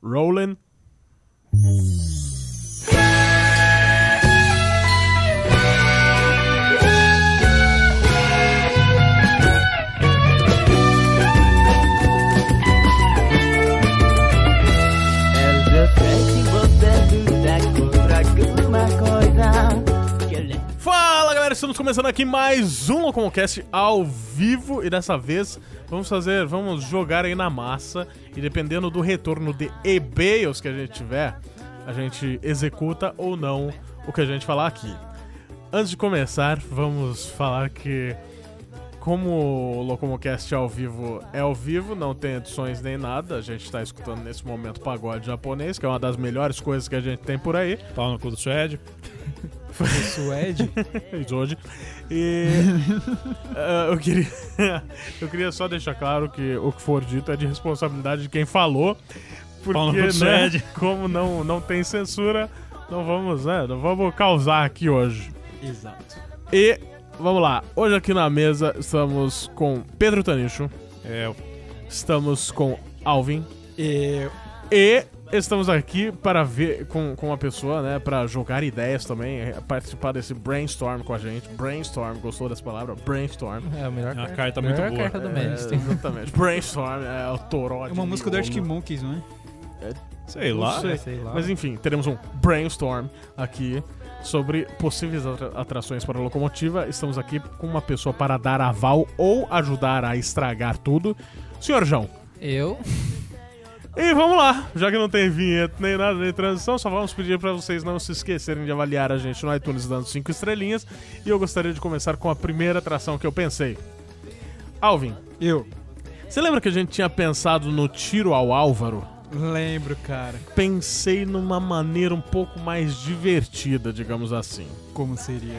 Rolling. Fala galera, estamos começando aqui mais um Locomocast ao vivo e dessa vez vamos jogar aí na massa e dependendo do retorno de e-mails que a gente tiver, a gente executa ou não o que a gente falar aqui. Antes de começar, vamos falar que como o Locomocast ao vivo, não tem edições nem nada, a gente tá escutando nesse momento pagode japonês, que é uma das melhores coisas que a gente tem por aí. Pau no cu do Suede. Suede? Hoje. E eu queria só deixar claro que o que for dito é de responsabilidade de quem falou, porque, né, como não tem censura, não vamos causar aqui hoje. Exato. E vamos lá, hoje aqui na mesa estamos com Pedro Tanicho. Estamos com Alvin. E estamos aqui para ver com uma pessoa, né, para jogar ideias também, participar desse brainstorm com a gente. Brainstorm, gostou dessa palavra? Brainstorm. É a melhor carta muito boa. Carta do Mestre. Exatamente. Brainstorm é o Toró. É uma música do Arctic Monkeys, não é? Sei lá. Sei lá. Mas enfim, teremos um brainstorm aqui sobre possíveis atrações para a locomotiva. Estamos aqui com uma pessoa para dar aval ou ajudar a estragar tudo. Senhor João. Eu? E vamos lá, já que não tem vinheta nem nada de transição, só vamos pedir para vocês não se esquecerem de avaliar a gente no iTunes dando 5 estrelinhas. E eu gostaria de começar com a primeira atração que eu pensei. Alvin. Eu. Você lembra que a gente tinha pensado no tiro ao Álvaro? Lembro, cara. Pensei numa maneira um pouco mais divertida, digamos assim. Como seria?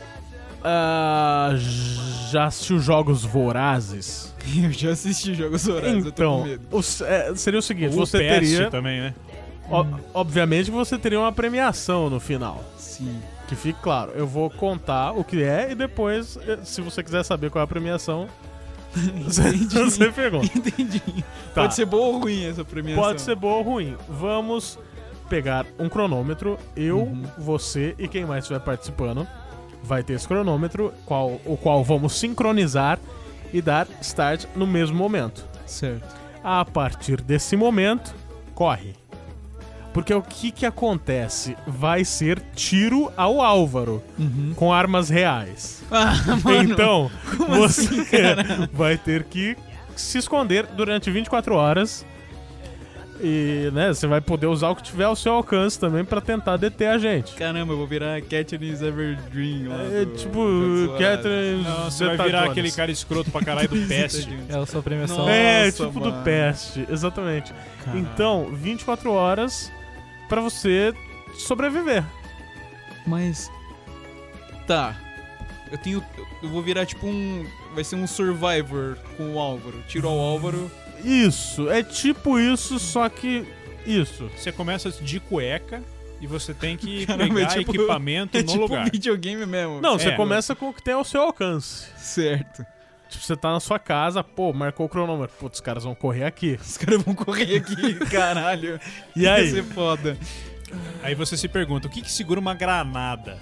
Já assistiu Jogos Vorazes? Eu já assisti Jogos Vorazes, então, eu tô com medo. seria o seguinte, O você PS teria... também, né? Obviamente você teria uma premiação no final. Sim. Que fique claro, eu vou contar o que é e depois, se você quiser saber qual é a premiação, você pergunta. Entendi. Tá. Pode ser boa ou ruim essa premiação? Pode ser boa ou ruim. Vamos pegar um cronômetro, você e quem mais estiver participando vai ter esse cronômetro, o qual vamos sincronizar e dar start no mesmo momento. Certo. A partir desse momento, corre. Porque o que acontece? Vai ser tiro ao Álvaro com armas reais. Mano, então, você assim, cara? vai ter que se esconder durante 24 horas. E, né, você vai poder usar o que tiver ao seu alcance também pra tentar deter a gente. Caramba, eu vou virar Katniss Everdeen lá. Katniss... Não, você vai virar aquele cara escroto pra caralho do Pest. É a sua premiação. Nossa, mano. do Pest, exatamente. Caralho. Então, 24 horas pra você sobreviver. Mas... Tá. Eu vou virar tipo vai ser um Survivor com o Álvaro. Tiro ao Álvaro. Isso, é tipo isso, só que... Isso. Você começa de cueca e você tem que Caramba, pegar equipamento no lugar. É tipo videogame mesmo. Não, você começa com o que tem ao seu alcance. Certo. Tipo, você tá na sua casa, marcou o cronômetro. Putz, os caras vão correr aqui. Os caras vão correr aqui, caralho. E aí? Vai ser foda. Aí você se pergunta, o que segura uma granada?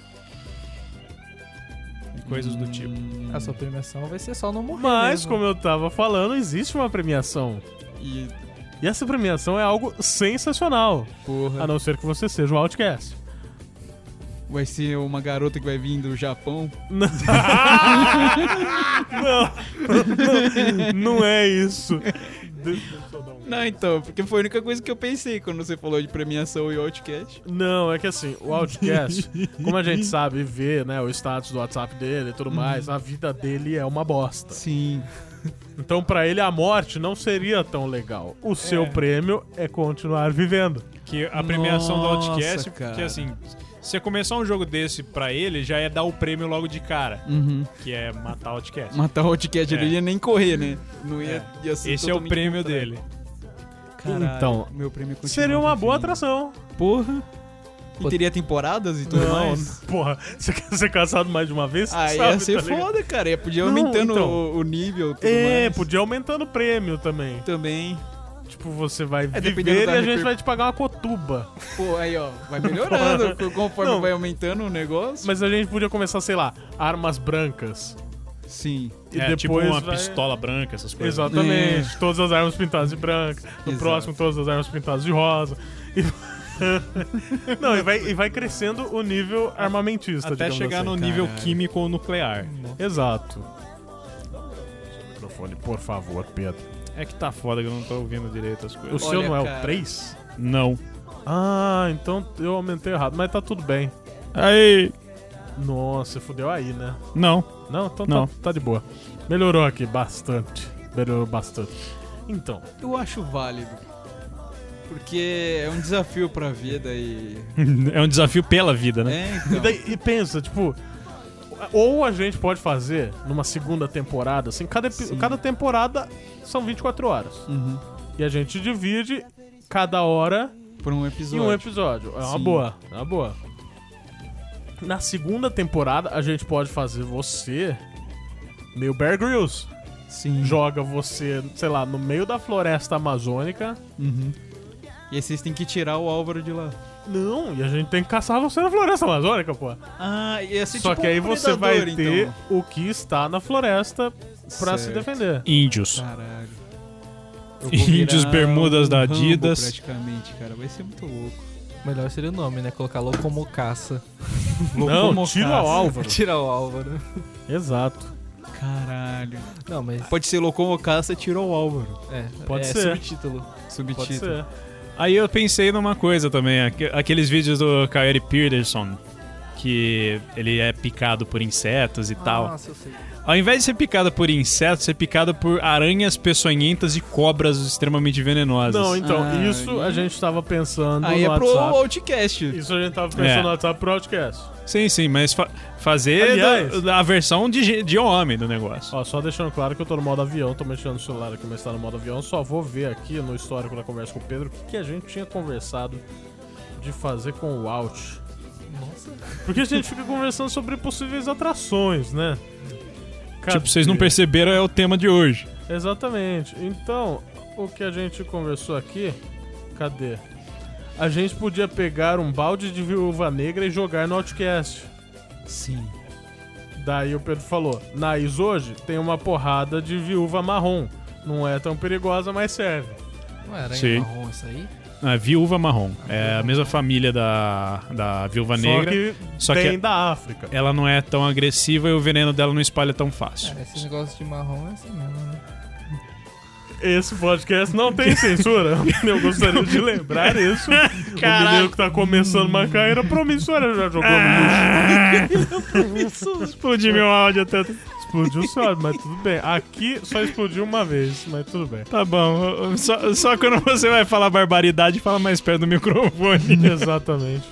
Coisas do tipo. A sua premiação vai ser só não morrer Mas, mesmo. como eu tava falando, existe uma premiação. E essa premiação é algo sensacional. porra. A não ser que você seja um Outcast. Vai ser uma garota que vai vir do Japão. Não é isso. Não, então, porque foi a única coisa que eu pensei quando você falou de premiação e Outcast. Não, é que assim, o Outcast, como a gente sabe, vê, né, o status do WhatsApp dele e tudo mais, a vida dele é uma bosta. Sim. Então, pra ele, a morte não seria tão legal. O seu prêmio é continuar vivendo. Que a premiação do Nossa, Outcast, cara. porque assim, se você começar um jogo desse pra ele, já é dar o prêmio logo de cara, que é matar o Outcast. Matar o Outcast, ele ia nem correr, né? Não ia ser Esse é o totalmente prêmio contrário. dele. Caralho, Então, meu prêmio continua Seria uma boa vivendo. atração. Porra. E teria temporadas e tudo mais? Porra, você quer ser caçado mais de uma vez? Ah, Sabe, ia ser tá ligado? foda, cara. Podia Não, aumentando então. o nível e tudo É, mais. podia aumentando o prêmio também. Também. Tipo, você vai dependendo viver e da a gente vai te pagar uma cotuba. Pô, aí ó, vai melhorando conforme Não. vai aumentando o negócio. Mas a gente podia começar, sei lá, armas brancas. Sim. E tipo depois uma vai... pistola branca, essas coisas. Exatamente. Todas as armas pintadas de branco. No Exato. próximo, todas as armas pintadas de rosa. E... Não, e vai crescendo o nível armamentista, Até digamos chegar assim. no nível Caralho. químico ou nuclear. Exato. Seu microfone, por favor, Pedro. É que tá foda que eu não tô ouvindo direito as O coisas. seu Olha, não é cara. o 3? Não. Ah, então eu aumentei errado, mas tá tudo bem. Aí. Nossa, fudeu aí, né? Não. Não, então Não. tá de boa. Melhorou aqui bastante. Melhorou bastante. Então, Eu acho válido. Porque é um desafio pra vida e... É um desafio pela vida, né? É, então. e pensa, tipo, ou a gente pode fazer numa segunda temporada, assim, cada temporada são 24 horas. Uhum. E a gente divide cada hora Por um em episódio. um episódio. É uma Sim. boa, é uma boa. Na segunda temporada, a gente pode fazer você meio Bear Grylls. Sim. Joga você, sei lá, no meio da floresta amazônica. Uhum. E aí vocês têm que tirar o Álvaro de lá. Não, e a gente tem que caçar você na floresta amazônica, pô. Ah, ia ser Só tipo que aí um você vai predador, ter então. o que está na floresta pra se Certo. defender. Índios. Caralho. Índios bermudas da Rambo, Adidas. praticamente, cara. Vai ser muito louco. Melhor seria o nome, né? Colocar Locomocaça. Não, tira o Álvaro. Tirar o Álvaro. Exato. Caralho. Não, mas... Pode ser Locomocaça, tirou o Álvaro. Pode ser. subtítulo. Pode Subtítulo. ser. Aí eu pensei numa coisa também, aqueles vídeos do Kyle Peterson, que ele é picado por insetos e tal. Nossa, eu sei. Ao invés de ser picado por insetos, ser picado por aranhas peçonhentas e cobras extremamente venenosas. Não, então, Ah, isso a gente tava pensando Aí no é pro WhatsApp. Outcast. Isso a gente tava pensando no WhatsApp pro Outcast. Sim, mas fazer Aliás- a versão de homem do negócio. Ó, só deixando claro que eu tô no modo avião, tô mexendo no celular aqui, mas tá no modo avião. Só vou ver aqui no histórico da conversa com o Pedro o que a gente tinha conversado de fazer com o Out. Nossa. Porque a gente fica conversando sobre possíveis atrações, né? Tipo, vocês não Cadê? perceberam, é o tema de hoje. Exatamente. Então, o que a gente conversou aqui... Cadê? A gente podia pegar um balde de Viúva Negra e jogar no Outcast. Sim. Daí o Pedro falou, na Is hoje tem uma porrada de viúva marrom. Não é tão perigosa, mas serve. Não é aranha Sim. marrom isso aí? A viúva marrom. É a mesma família da viúva negra. Só que da África. Ela não é tão agressiva e o veneno dela não espalha tão fácil. É, esse negócio de marrom é assim mesmo, né? Esse podcast não tem censura. Eu gostaria de lembrar isso. O menino que tá começando uma carreira promissora já jogou no lixo. Explodiu meu áudio tanto. Explodiu só, mas tudo bem. Aqui só explodiu uma vez, mas tudo bem. Tá bom. Só quando você vai falar barbaridade, fala mais perto do microfone. Exatamente.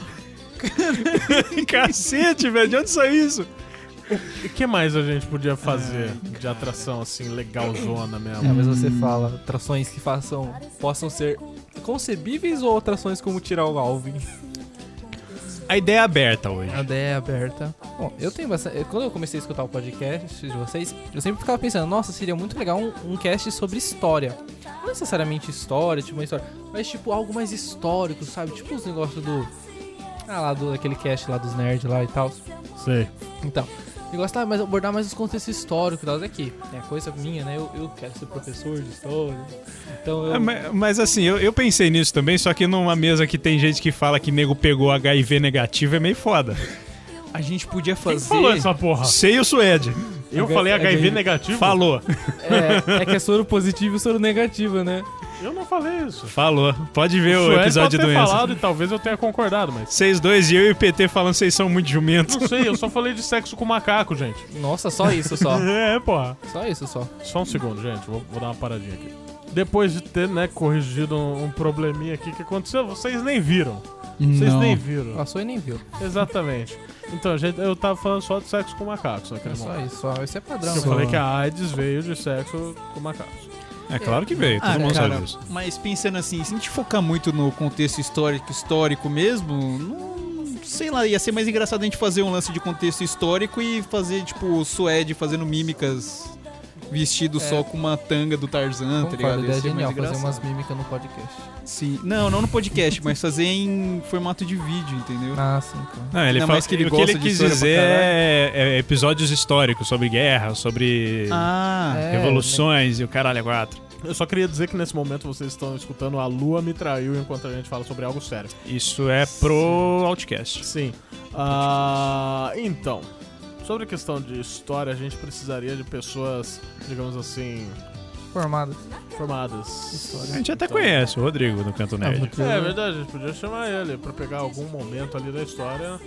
Cacete, velho. De onde saiu isso? O que mais a gente podia fazer de atração assim, legalzona mesmo? É, mas você fala atrações que possam ser concebíveis ou atrações como tirar o Alvin? A ideia é aberta hoje. A ideia é aberta. Bom, eu tenho bastante... Quando eu comecei a escutar o podcast de vocês, eu sempre ficava pensando, nossa, seria muito legal um cast sobre história. Não necessariamente história, tipo uma história, mas tipo algo mais histórico, sabe? Tipo os negócios do... daquele cast lá dos nerds lá e tal. Sei. Então, eu gostava mais abordar mais os contextos históricos e tal. Aqui, é coisa minha, né? Eu quero ser professor de história. Então eu... Mas assim, eu pensei nisso também, só que numa mesa que tem gente que fala que nego pegou HIV negativo é meio foda. A gente podia Quem fazer... falou essa porra? Sei o Suede. Eu falei HIV negativo? Falou. É que é soro positivo e soro negativo, né? Eu não falei isso. Falou. Pode ver o Suede episódio de pode ter doença. falado e talvez eu tenha concordado, mas... Vocês dois e eu e o PT falando que vocês são muito jumentos. Não sei, eu só falei de sexo com macaco, gente. Nossa, só isso, só. É, porra. Só isso, só. Só um segundo, gente. Vou dar uma paradinha aqui. Depois de ter, né, corrigido um probleminha aqui que aconteceu, vocês nem viram. Vocês Não. nem viram. Passou e nem viu. Exatamente. Então, gente, eu tava falando só de sexo com macacos naquele É só momento. isso, só. Esse é padrão. Eu né? falei que a AIDS veio de sexo com macacos. É claro que veio, todo mundo cara, sabe disso. mas pensando assim, se a gente focar muito no contexto histórico mesmo, não, sei lá, ia ser mais engraçado a gente fazer um lance de contexto histórico e fazer, tipo, o Suede fazendo mímicas vestido só com uma tanga do Tarzan, tá Concordo, ligado? a Ia ideia é ser mais genial, fazer engraçado. umas mímicas no podcast. Sim. Não no podcast, mas fazer em formato de vídeo, entendeu? Ah, sim, claro. Não, ele Ainda fala mais que ele o que gosta ele de quis história pra dizer caralho. é episódios históricos sobre guerra, sobre revoluções e o caralho é 4. Eu só queria dizer que nesse momento vocês estão escutando A Lua Me Traiu enquanto a gente fala sobre algo sério. Isso é pro Outcast. Sim. Então, sobre a questão de história, a gente precisaria de pessoas, digamos assim, Formadas. formadas. A História. gente até conhece o Rodrigo do Canto Nerd. É verdade, a gente podia chamar ele pra pegar algum momento ali da história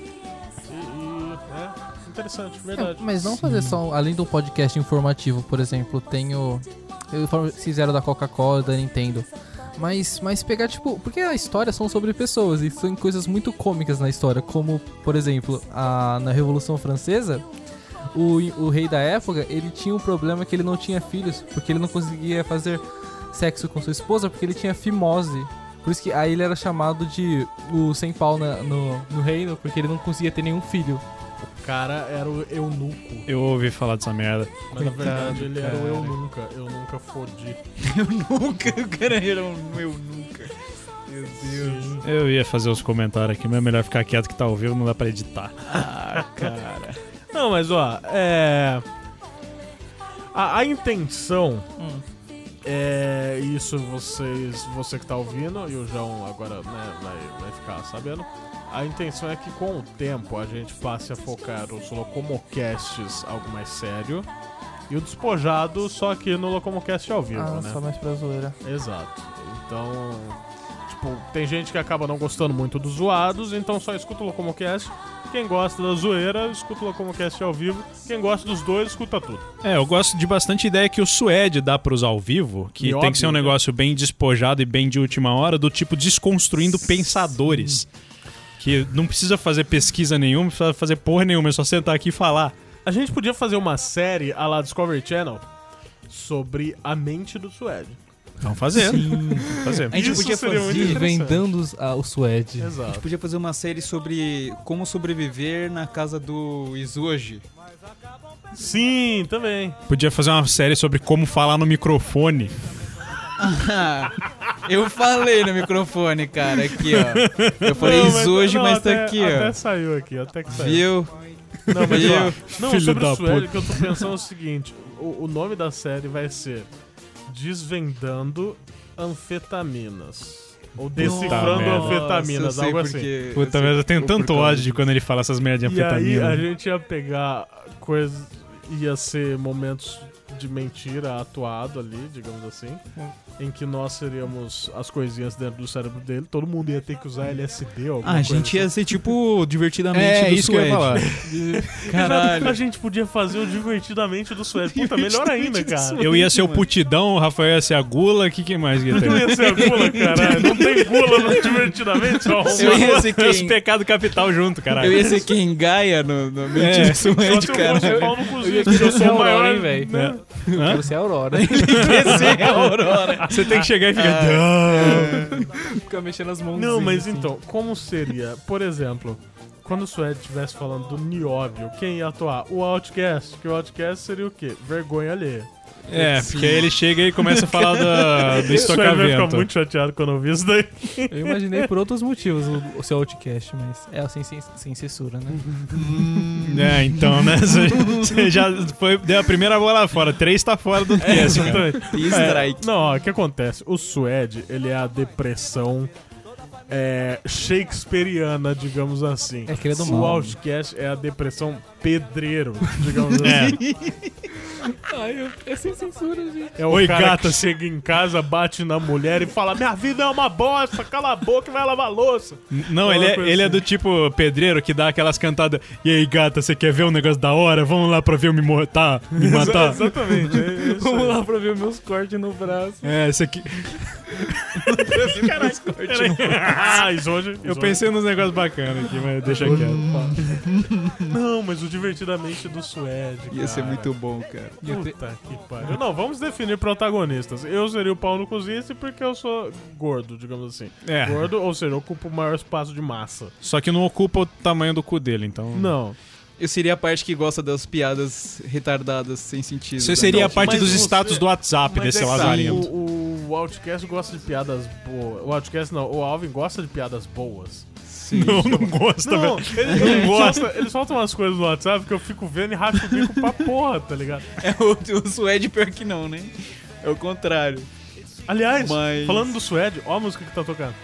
e interessante, verdade. Mas não fazer só, além do podcast informativo, por exemplo, tem o... Fizeram da Coca-Cola, da Nintendo. Mas pegar, tipo... Porque a história são sobre pessoas e são coisas muito cômicas na história. Como, por exemplo, na Revolução Francesa, o rei da época, ele tinha um problema que ele não tinha filhos. Porque ele não conseguia fazer sexo com sua esposa porque ele tinha fimose. Por isso que aí ele era chamado de o sem pau no reino, porque ele não conseguia ter nenhum filho. O cara era o Eu Nuco, Eu ouvi falar dessa merda. mas na verdade Coitado, ele era o cara. Eu Nunca Fodi. O cara era um meu nunca. Meu Deus. Eu ia fazer os comentários aqui, mas é melhor ficar quieto que tá ao vivo, não dá pra editar. Ah, cara. Não, mas ó, a intenção é isso, você que tá ouvindo, e o João agora né, vai ficar sabendo. A intenção é que com o tempo a gente passe a focar os Locomocasts algo mais sério e o Despojado só aqui no Locomocast ao vivo, né? Só mais pra zoeira. Exato. Então, tipo, tem gente que acaba não gostando muito dos zoados, então só escuta o Locomocast. Quem gosta da zoeira, escuta o Locomocast ao vivo. Quem gosta dos dois, escuta tudo. Eu gosto de bastante ideia que o Suede dá pros ao vivo, que E tem óbvio, que ser um né? negócio bem despojado e bem de última hora, do tipo desconstruindo pensadores. Que não precisa fazer pesquisa nenhuma, não precisa fazer porra nenhuma, é só sentar aqui e falar. A gente podia fazer uma série à la Discovery Channel sobre a mente do Suede. Vamos fazer. Vamos fazer. A gente Isso podia seria fazer- muito interessante. Desvendando o Suede. A Exato. gente podia fazer uma série sobre como sobreviver na casa do Izuji. Sim, também. Podia fazer uma série sobre como falar no microfone. Eu falei no microfone, cara, aqui, ó. Eu falei Não, Izuji, não, mas tá até- aqui, Até ó. saiu aqui, até que saiu. Viu? Não, mas Viu? ó, não, Filho sobre da o Suede, puta. que eu tô pensando é o seguinte: o nome da série vai ser Desvendando Anfetaminas. Ou Decifrando merda. Anfetaminas, algo assim. Puta merda, eu tenho tanto ódio de quando ele fala essas merdas de E aí anfetamina. a gente ia pegar coisas. Ia ser momentos de mentira atuado ali, digamos assim. Em que nós seríamos as coisinhas dentro do cérebro dele. Todo mundo ia ter que usar LSD ou alguma Ah, a coisa gente ia assim. ser tipo divertidamente do isso que eu ia Suede. falar. Caralho. A gente podia fazer o Divertidamente do Suede. Puta, melhor ainda, cara. Eu ia ser o Putidão, o Rafael ia ser a Gula, o que mais ia ter? Não ia ser a gula, caralho. Não tem gula no Divertidamente, ó. Eu ia ser Os quem... pecados capital junto, caralho. Eu ia ser quem Gaia no mente do Só Suede, se eu cara. fosse o pau no cozinho, ia porque eu ser sou a o maior, Aurora, hein, velho? né? Hã? Você é a Aurora. Esse é a Aurora. Você tem que chegar e ficar... Fica mexendo as mãos. Não, mas então, como seria, por exemplo, quando o Suede estivesse falando do Nióbio, quem ia atuar? O Outcast. Que o Outcast seria o quê? Vergonha alheia. Porque aí ele chega e começa a falar do O Suede vai ficar estocamento. muito chateado quando eu vi isso daí. Eu imaginei por outros motivos o seu Outcast, mas é sem censura, né? Então, né? Você já deu a primeira bola fora. 3 tá fora do cast, cara. Exatamente. Strike. Não, ó, o que acontece? O Suede, ele é a depressão shakespeariana, digamos assim. É que ele é do O mal. Outcast é a depressão pedreiro, digamos assim. Ai, é sem censura, gente. É o Oi, cara gata, que chega em casa, bate na mulher e fala: minha vida é uma bosta, cala a boca e vai lavar louça. Não, Uma ele coisa é assim. do tipo pedreiro que dá aquelas cantadas. E aí, gata, você quer ver um negócio da hora? Vamos lá pra ver eu me matar. Exatamente. É isso Vamos aí. lá pra ver meus cortes no braço. Esse aqui. Mas hoje. Eu pensei nos negócios bacanas aqui, mas deixa quieto. Não, mas o Divertidamente do Suede. Ia ser cara. muito bom, cara. Puta que pariu. Não, vamos definir protagonistas. Eu seria o pau no cozice porque eu sou gordo, digamos assim. É. Gordo, ou seja, eu ocupo o maior espaço de massa. Só que não ocupa o tamanho do cu dele, então. Não. Eu seria a parte que gosta das piadas retardadas, sem sentido. Você seria a parte mas dos você- status do WhatsApp Mas desse é que lazarento. o Outcast gosta de piadas boas. O Outcast não, o Alvin gosta de piadas boas. Sim. Não gosta, Não, velho. ele gosta, eles soltam umas coisas no WhatsApp que eu fico vendo e racho o bico pra porra, tá ligado? É o Suede pior que não, né? É o contrário. Aliás, Mas- falando do Suede, ó a música que tá tocando.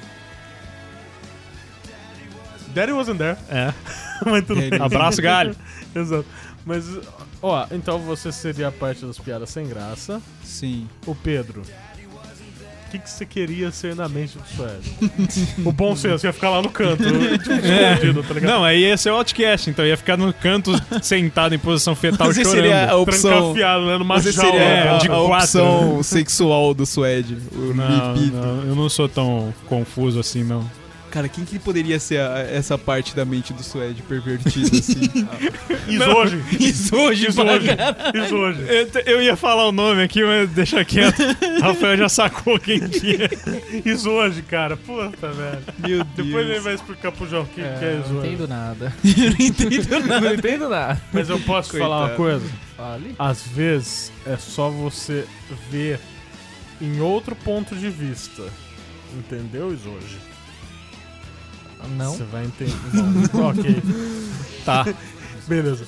Daddy wasn't there. É. Mas tudo bem. Abraço, galho. Exato. Mas, ó, então você seria a parte das piadas sem graça. Sim. O Pedro, o que você queria ser na mente do Suede? O bom senso ia ficar lá no canto, tipo, escondido, tá ligado? Não, aí ia ser o Outcast, então ia ficar no canto sentado em posição fetal Você chorando. seria a opção. Trancafiado, né? Numa Você jaula. seria de a quatro. opção sexual do Suede. O Não, libido. não, eu não sou tão confuso assim, não. Cara, quem que poderia ser essa parte da mente do Suede pervertida, assim? Isso hoje. Isso hoje, Isso hoje. Isso hoje. Eu ia falar o nome aqui, mas deixa quieto. Rafael já sacou quem que é. Isso hoje, cara. Puta, velho. Meu Deus. Depois ele vai explicar pro João o que é isso não hoje. entendo nada. não entendo nada. Não entendo nada. Mas eu posso te falar uma Coitado. coisa? Fale. Às vezes é só você ver em outro ponto de vista. Entendeu, isso hoje? Não. Você vai entender. Bom, ok. Tá. Beleza.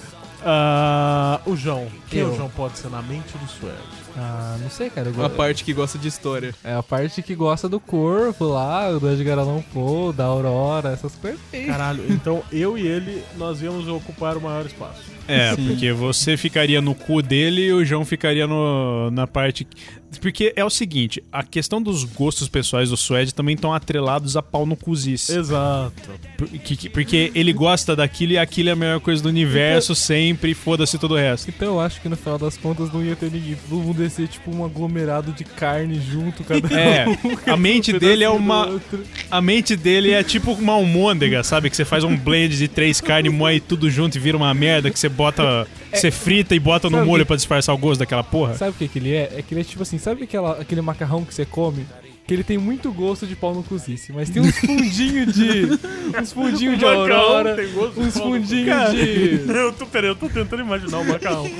O João. Quem Eu. o João pode ser na mente do Suede? Ah, não sei, cara. A parte que gosta de história. É a parte que gosta do corpo lá, do Edgar Allan Poe, da Aurora, essas coisas aí. Caralho, então eu e ele, nós íamos ocupar o maior espaço. É, Sim. porque você ficaria no cu dele e o João ficaria na parte... Porque é o seguinte, a questão dos gostos pessoais do Suede também estão atrelados a pau no cuzice. Exato. Porque ele gosta daquilo e aquilo é a melhor coisa do universo sempre, e foda-se todo o resto. Então eu acho que no final das contas não ia ter ninguém. Todo mundo ia ser tipo um aglomerado de carne junto, cada É, um. a mente um dele é pedacinho uma... do outro. A mente dele é tipo uma almôndega, sabe? Que você faz um blend de 3 carnes, moe tudo junto e vira uma merda que você bota... Você frita e bota no Sabe- molho pra disfarçar o gosto daquela porra. Sabe o que ele é? É que ele é tipo assim, sabe aquele macarrão que você come? Que ele tem muito gosto de pau no cozice, mas tem uns fundinhos de. Uns fundinhos de Macarrão Aurora. tem gosto de Uns pau no fundinhos Cara, de. eu tô tentando imaginar o macarrão.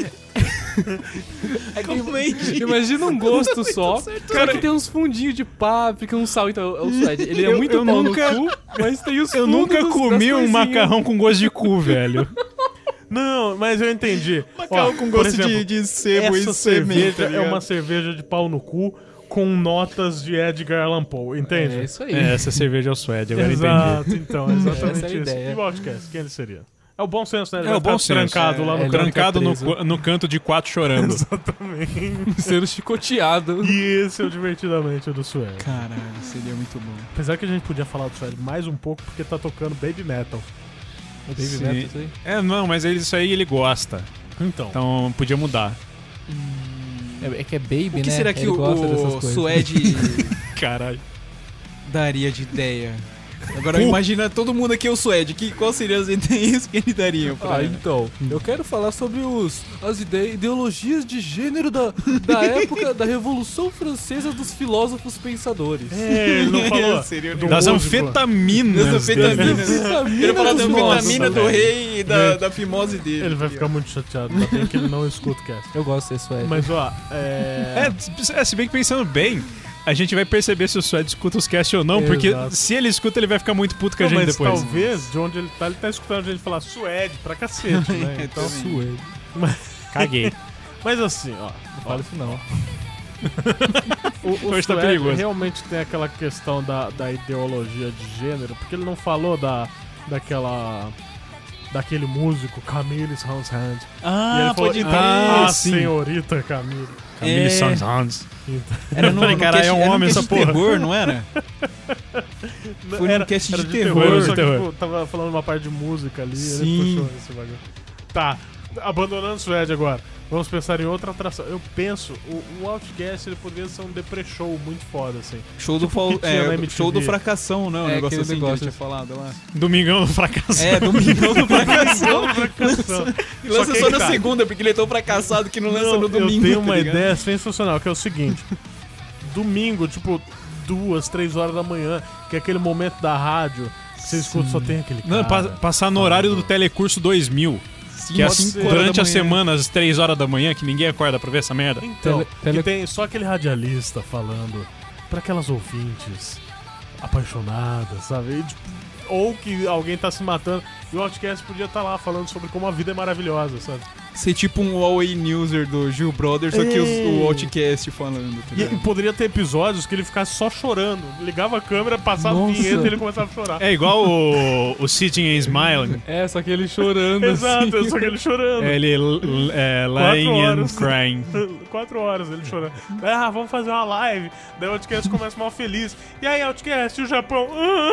Imagina um gosto só. Só que tem uns fundinhos de páprica, um sal. Então, é o Suede. Ele é muito eu pau nunca- no cu, mas tem os Eu fundos nunca das comi um coisinhas. macarrão com gosto de cu, velho. Não, mas eu entendi. Macarrão Ó, com por gosto exemplo, de sebo e essa semente, cerveja tá é ligado? uma cerveja de pau no cu com notas de Edgar Allan Poe, entende? É isso aí. É, essa cerveja é o Suede, agora entendi. Exato, então, é exatamente Essa é a isso. ideia. E o Outcast, quem ele seria? É o bom senso, né? Ele É vai o bom ficar senso. trancado lá no Ele canto. Trancado no, preso. no canto de 4 chorando. Exatamente. Sendo chicoteado. E esse é o divertidamente do Suede. Caralho, seria muito bom. Apesar que a gente podia falar do Suede mais um pouco porque tá tocando Baby Metal. O Dave Sim. Neto, isso aí. É, não, mas isso aí ele gosta. Então. Então podia mudar. É que é Baby, O que né? será que Ele gosta dessas o coisas. Suede Caralho. daria de ideia? Agora imagina todo mundo aqui é o Suede. Qual seriam as ideias que ele daria pra Ah, então, eu quero falar sobre as ideologias de gênero da época da Revolução Francesa dos filósofos pensadores. É, ele não falou. Seria do Das músico. anfetaminas. Das anfetaminas. Vitamina Ele fala da dos vitamina nossos. do rei e da fimose dele. Ele vai ficar muito chateado, ainda bem que ele não escuta o cast. Eu gosto desse Suede. Mas ó, Se bem que pensando bem, a gente vai perceber se o Suede escuta os casts ou não, porque Exato. se ele escuta, ele vai ficar muito puto com a Não, gente mas depois. talvez, de onde ele tá escutando a gente falar Suede pra cacete, né? Então, Também. Suede. Caguei. mas assim, ó. Não fala isso não. O Hoje tá Suede perigoso. realmente tem aquela questão da ideologia de gênero, porque ele não falou daquele músico, Camille Saint-Saëns. E Ah, ele falou, pode então, crer. Ah, sim. senhorita Camille. Camille É. Saint-Saëns. Era no, Falei, no caralho, cast, é um era no homem cast essa de porra. terror, não era? Foi num cast de terror. só que, terror. tipo, tava falando uma parte de música ali, Sim. ele puxou esse bagulho. Tá, abandonando o Suede agora. Vamos pensar em outra atração. Eu penso, o Outcast ele poderia ser um depre show muito foda, assim. Show do, Tipo, que tinha na MTV. show do fracassão, não? Um É, negócio aquele assim que ele negócio. tinha falado lá. Domingão do fracasso. É, domingão do fracassão. Fracassão. E lança que só aí na tá. segunda, porque ele é tão fracassado que não lança Não, no domingo. eu tenho tá uma ligado? ideia sensacional, que é o seguinte. Domingo, tipo, 2, 3 horas da manhã, que é aquele momento da rádio Você escuta, só tem aquele cara. Não, passar no horário do Telecurso 2000. Que é pode assim, ser. 5 horas durante da a manhã. semana, às 3 horas da manhã, que ninguém acorda pra ver essa merda. Então, Tele- que tem só aquele radialista falando pra aquelas ouvintes apaixonadas, sabe? E, tipo, ou que alguém tá se matando. E o Outcast podia estar lá falando sobre como a vida é maravilhosa, sabe? Ser tipo um Huawei Newser do Gil Brothers, só que o Outcast falando. Tá E ligado? poderia ter episódios que ele ficasse só chorando. Ligava a câmera, passava a Nossa. vinheta e ele começava a chorar. É igual o Sitting and Smiling. É, só que ele chorando Exato, assim. só que ele chorando. Ele lying and horas. crying. 4 horas ele chorando. Ah, vamos fazer uma live. Daí o Outcast começa mal feliz. E aí, Outcast, e o Japão?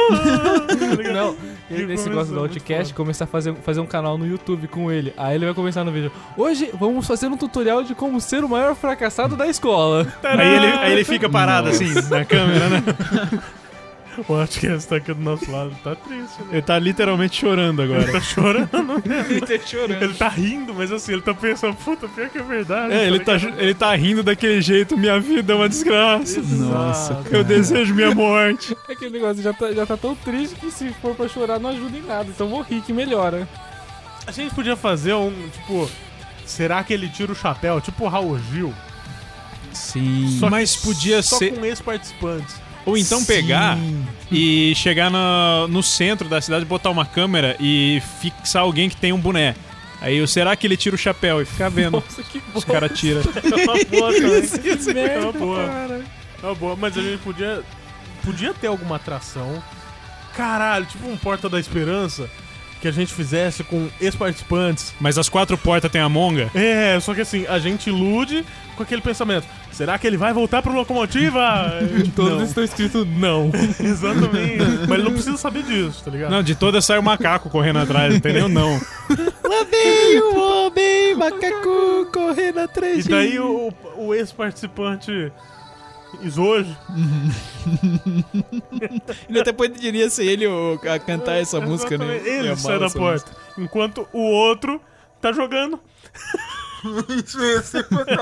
Tá ligado? Não, E ele nesse começou negócio do muito Outcast, foda. começar a fazer um canal no YouTube com ele. Aí ele vai começar no vídeo. Hoje vamos fazer um tutorial de como ser o maior fracassado da escola. Aí ele fica parado assim, na câmera, né? O Outcast tá aqui do nosso lado. Tá triste, né? Ele tá literalmente chorando Ele agora. tá chorando. Ele tá chorando. Ele tá rindo, mas assim, ele tá pensando, puta, pior que é verdade. É, ligado? ele tá rindo daquele jeito, minha vida é uma desgraça. Nossa, Exato. Eu desejo minha morte. Aquele negócio já tá tão triste que se for pra chorar não ajuda em nada. Então vou rir que melhora. A gente podia fazer um, tipo... Será que ele tira o chapéu? Tipo o Raul Gil. Sim. Só Mas que podia só ser- com ex-participantes. Ou então pegar e chegar no centro da cidade, botar uma câmera e fixar alguém que tem um boné. Aí, será que ele tira o chapéu e fica vendo? Nossa, que Os caras tiram. É uma boa também. É uma merda, boa. cara. É uma boa, mas a gente podia ter alguma atração. Caralho, tipo um Porta da Esperança que a gente fizesse com ex-participantes. Mas as 4 portas tem a monga. É, só que assim, a gente ilude com aquele pensamento. Será que ele vai voltar pro Locomotiva? Todos Não. estão escrito não. Exatamente. Mas ele não precisa saber disso, tá ligado? Não, de todas sai o macaco correndo atrás, não tem nem o não. Lá vem o homem, macaco, correndo atrás E daí o ex-participante Isoji. Ele até poderia ser ele a cantar essa música, né? Exatamente. Ele Eu sai amava da essa porta. Enquanto o outro tá jogando. Nossa,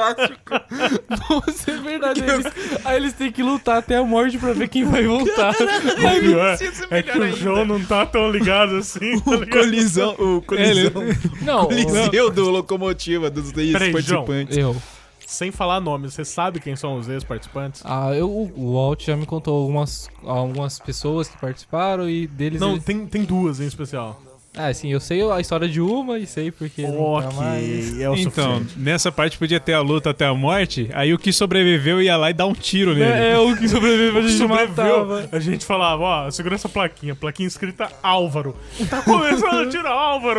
é verdade. Aí eles têm que lutar até a morte pra ver quem vai voltar. O pior é que o João não tá tão ligado assim. Tá ligado? O colisão. Não, Coliseu do Locomotiva, dos Peraí, participantes. eu. Sem falar nomes, você sabe quem são os ex-participantes? O Walt já me contou algumas pessoas que participaram e deles. Não, tem duas em especial. Ah, sim, eu sei a história de uma e sei porque não tá mais. Ok, é o Então, suficiente. nessa parte podia ter a luta até a morte, aí o que sobreviveu ia lá e dar um tiro nele. É o que sobreviveu, a gente Sobreviveu, matava. a gente falava, ó, segura essa plaquinha escrita Álvaro. Tá começando a tirar Álvaro.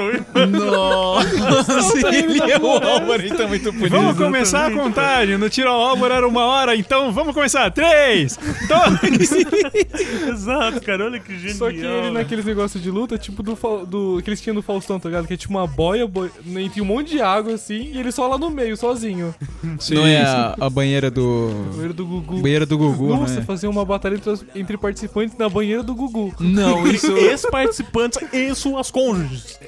Nossa, seria o Álvaro, então muito bonito. Vamos começar a contagem. No tiro ao Álvaro era 1 hora, então vamos começar. 3, 2... Exato, cara, olha que genial. Só que ele né? naqueles negócios de luta, tipo do que eles tinham no Faustão, tá ligado? Que é tipo uma boia entre um monte de água assim e ele só lá no meio, sozinho. Não é a banheira do... Banheiro do Gugu. Banheira do Gugu, Nossa, né? fazer uma batalha entre participantes na banheira do Gugu. Não, isso... Ex-participantes e suas cônjuges.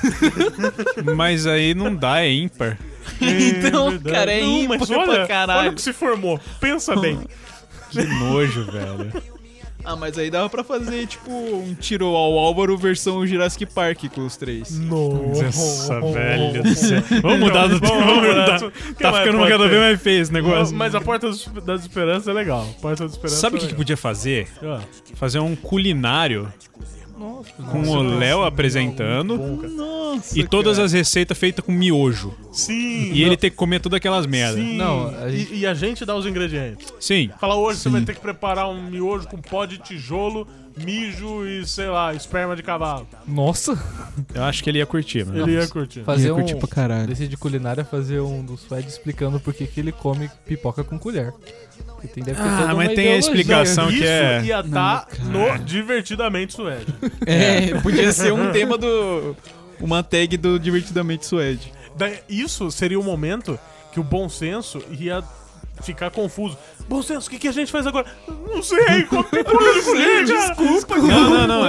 Mas aí não dá, é ímpar. Então, verdade. cara, é Não, ímpar mas pra olha caralho. o que se formou. Pensa bem. Que nojo, velho. Ah, mas aí dava pra fazer, tipo, um tiro ao Álvaro versão Jurassic Park com os 3. Nossa, velho do céu. Vamos mudar do tema. Vamos mudar. Tá, O que tá mais ficando pode cada ter? vez mais feio esse negócio. Mas a Porta das Esperanças é legal. Porta das Esperanças Sabe o é que legal. podia fazer? Ah, Fazer um culinário Nossa, com o Léo apresentando bom, cara. Nossa, e todas as receitas feitas com miojo. Sim. E ele ter que comer todas aquelas merda. Sim. Não, a gente- E a gente dá os ingredientes. Sim. Fala, hoje você vai ter que preparar um miojo com pó de tijolo, mijo e, sei lá, esperma de cavalo. Nossa. Eu acho que ele ia curtir, mano. Ele ia curtir. Fazer Eu curti pra caralho. Desse de culinária, fazer um dos Fred explicando por que ele come pipoca com colher. Porque deve ter toda uma mas tem a ideologia. explicação Isso que é... ia estar no Divertidamente Suede. É, podia ser um tema do... Uma tag do Divertidamente Suede. Isso seria o momento que o bom senso ia ficar confuso. Bom senso, o que a gente faz agora? Não sei, come pipoca de colher, cara. Desculpa. Não.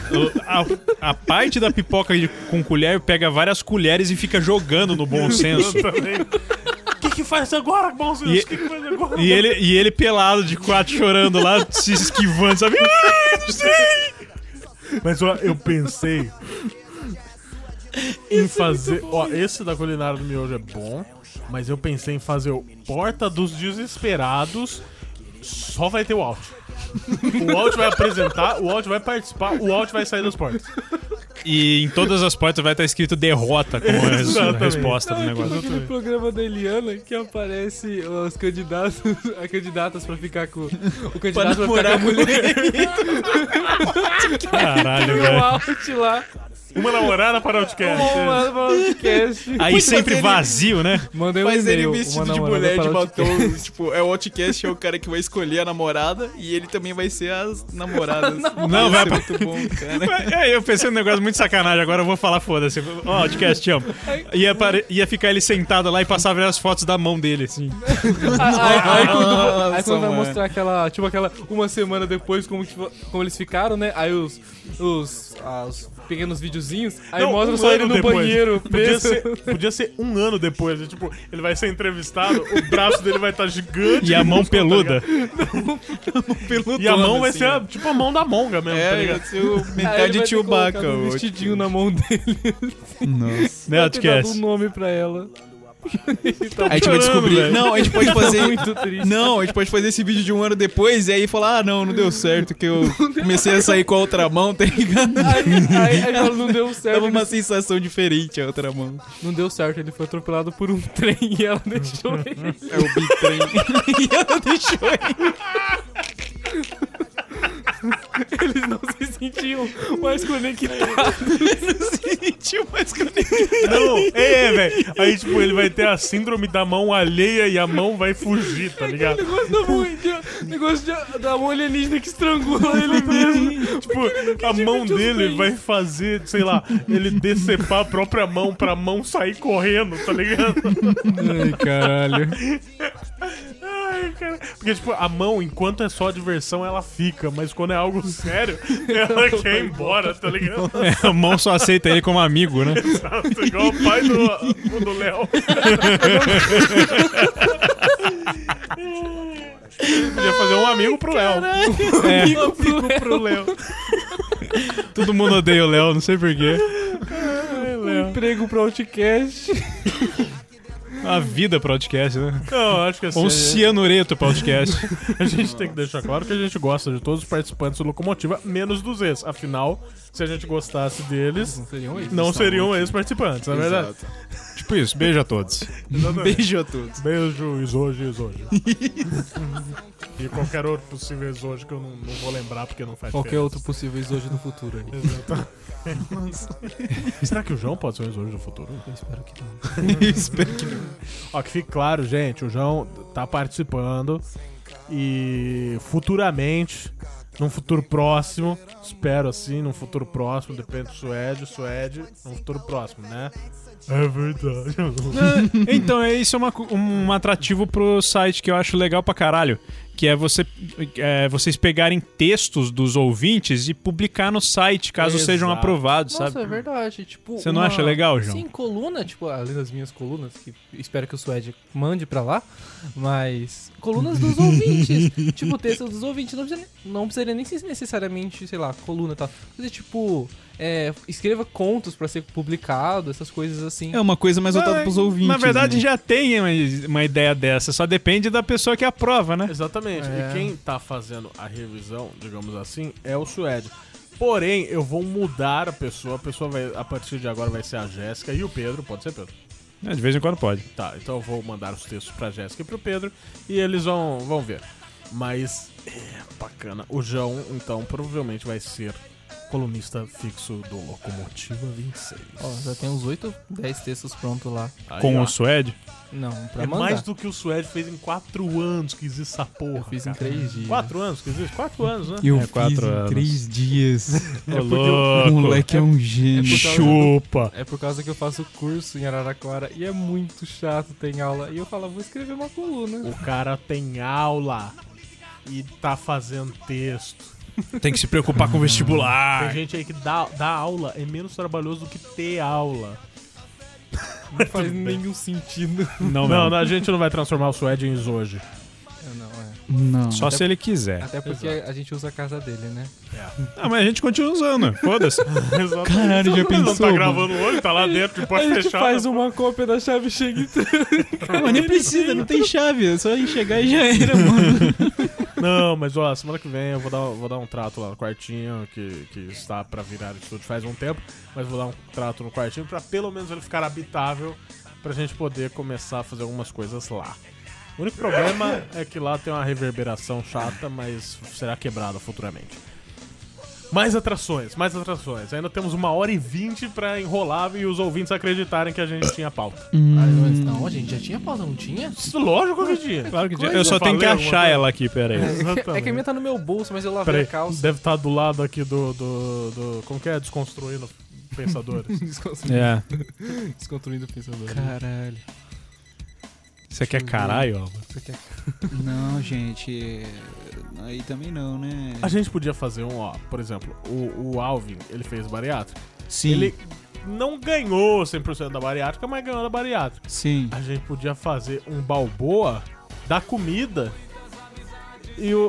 A parte da pipoca com colher pega várias colheres e fica jogando no bom senso. O que faz agora, bom senso? E- O que faz agora? E ele pelado de 4 chorando lá, se esquivando, sabe? Ah, não sei! Mas ó, eu pensei em fazer... Ó, esse da culinária do miojo é bom, mas eu pensei em fazer o Porta dos Desesperados, só vai ter o Alt. O Alt vai apresentar, o Alt vai participar, o Alt vai sair das portas. E em todas as portas vai estar escrito derrota como a resposta do negócio. Aquele programa da Eliana que aparece os candidatos, as candidatas pra ficar com... O candidato pra ficar com a mulher. Caralho, O velho. Alt lá. Uma namorada para o Outcast. Uma podcast. Aí sempre vazio, né? Mandei um Mas ele e-mail. vestido uma de namorada mulher de para o Outcast. batom. Tipo, é o Outcast, é o cara que vai escolher a namorada e ele também vai ser as namoradas. Não, vai Isso é muito bom, cara. É, eu pensei num negócio muito sacanagem, agora eu vou falar, foda-se. Ó, Outcast, te amo. Ia ficar ele sentado lá e passar as fotos da mão dele, assim. Aí quando vai mano. mostrar aquela, tipo aquela, uma semana depois, como eles ficaram, né? Aí os pequenos videozinhos, aí Não, mostra um só ele ano no depois. banheiro, preso. Podia ser um ano depois. Né? Tipo, ele vai ser entrevistado, o braço dele vai estar gigante. E a mão peluda. E a mão vai assim, ser ó. tipo a mão da monga mesmo, tá É, ligado? vai ser o Aí metade ele de vai ter Chewbacca. colocado um vestidinho na mão dele. Nossa. Né, Vai ter dado um Outcast? nome pra ela. A gente vai descobrir. velho. Não, a gente pode fazer. Muito triste. Não, a gente pode fazer esse vídeo de um ano depois e aí falar: ah, não deu certo, que eu comecei a sair com a outra mão, tá ligado? Aí fala, não deu certo. Dava uma ele- sensação diferente a outra mão. Não deu certo, ele foi atropelado por um trem e ela deixou ele. É o bitrem. E ela deixou ele. Eles não se sentiam mais conectados. Não se sentiu mais conectado. Não, velho. Aí, tipo, ele vai ter a síndrome da mão alheia e a mão vai fugir, tá ligado? Negócio da mão alienígena que estrangula ele mesmo. Tipo, a mão dele vai fazer, sei lá, ele decepar a própria mão pra mão sair correndo, tá ligado? Ai, caralho. Ai, cara. Porque, tipo, a mão, enquanto é só diversão, ela fica, mas quando é algo sério, ela quer ir embora, tá ligado? É, a mão só aceita ele como amigo, né? Exato, igual o pai do Léo. Podia fazer um amigo pro Léo. É, Amigo pro Léo. todo mundo odeia o Léo, não sei porquê. Emprego pro Outcast. A vida pro Outcast, né? Não, acho que assim, Um cianureto pro Outcast. a gente tem que deixar claro que a gente gosta de todos os participantes do Locomotiva, menos dos ex. Afinal, se a gente gostasse deles, não seriam ex-participantes, na verdade. Tipo isso, beijo a todos. Beijo a todos. Beijo, Isoji. E qualquer outro possível Isoji que eu não vou lembrar porque não faz Qualquer diferença. outro possível hoje no futuro aí. Será que o João pode ser um Isoji do futuro? Eu espero que não. Espero que não. Ó, que fique claro, gente, o João tá participando e futuramente, num futuro próximo, espero assim, num futuro próximo, depende do Suede, num futuro próximo, né? É verdade. Então, isso é um atrativo pro site que eu acho legal pra caralho. Que é vocês pegarem textos dos ouvintes e publicar no site, caso Exato. sejam aprovados, Nossa, sabe? é verdade. Tipo, Você não acha legal, João? Sim, coluna, tipo, além das minhas colunas, que espero que o Suede mande pra lá, mas colunas dos ouvintes. Tipo, textos dos ouvintes. Não precisaria nem ser necessariamente, sei lá, coluna e tal. Mas tipo, escreva contos pra ser publicado, essas coisas assim. É uma coisa mais voltada pros ouvintes. Na verdade, né? já tem uma ideia dessa, só depende da pessoa que aprova, né? Exatamente. É. E quem tá fazendo a revisão, digamos assim, é o Suede. Porém, eu vou mudar a pessoa vai, a partir de agora vai ser a Jéssica e o Pedro, pode ser Pedro? De vez em quando pode. Tá, então eu vou mandar os textos pra Jéssica e pro Pedro e eles vão ver. Mas, bacana. O João, então, provavelmente vai ser colunista fixo do Locomotiva 26. Ó, já tem uns 8, 10 textos prontos lá. Aí, Com ó, o Suede. Não, pra é mandar. mais do que o Suede fez em 4 anos que existe essa porra. Eu fiz em cara. 3 dias. 4 anos que existe? 4 anos, né? Eu É, fiz 4 em anos. 3 dias. Ô, O louco. moleque é um gênio. por causa Chupa. É por causa que eu faço curso em Araraquara e é muito chato, tem aula. E eu falo, vou escrever uma coluna. O cara tem aula e tá fazendo texto. Tem que se preocupar com o vestibular. Tem gente aí que dá aula, é menos trabalhoso do que ter aula. Não faz nenhum sentido. Não, Não, a gente não vai transformar o Suede em Isoji. Não, é. Não. Só se ele quiser. Até porque a gente usa a casa dele, né? Ah, mas a gente continua usando. Foda-se. Exatamente. Caralho, já Não pensou? tá gravando hoje, tá lá dentro, de porta fechada. uma cópia da chave chega e Mas nem precisa, não tem chave. É só enxergar e já era, mano. Não, mas ó, semana que vem eu vou dar um trato lá no quartinho, que está pra virar estúdio faz um tempo, mas vou dar um trato no quartinho pra pelo menos ele ficar habitável pra gente poder começar a fazer algumas coisas lá. O único problema é que lá tem uma reverberação chata, mas será quebrada futuramente. Mais atrações. Ainda temos 1h20 pra enrolar e os ouvintes acreditarem que a gente tinha pauta. Não, a gente já tinha pauta, não tinha? Lógico que tinha. Claro que Coisa, eu só tenho que falei achar ela aqui, pera aí. É que a minha tá no meu bolso, mas eu lavei Peraí, a calça. deve estar do lado aqui do como que é? Desconstruindo pensadores. Desconstruindo o pensador. Caralho. Você quer caralho, Alva? Não, gente. Aí também não, né? A gente podia fazer por exemplo, o Alvin, ele fez bariátrica. Sim. Ele não ganhou 100% da bariátrica, mas ganhou da bariátrica. Sim. A gente podia fazer um Balboa da comida e eu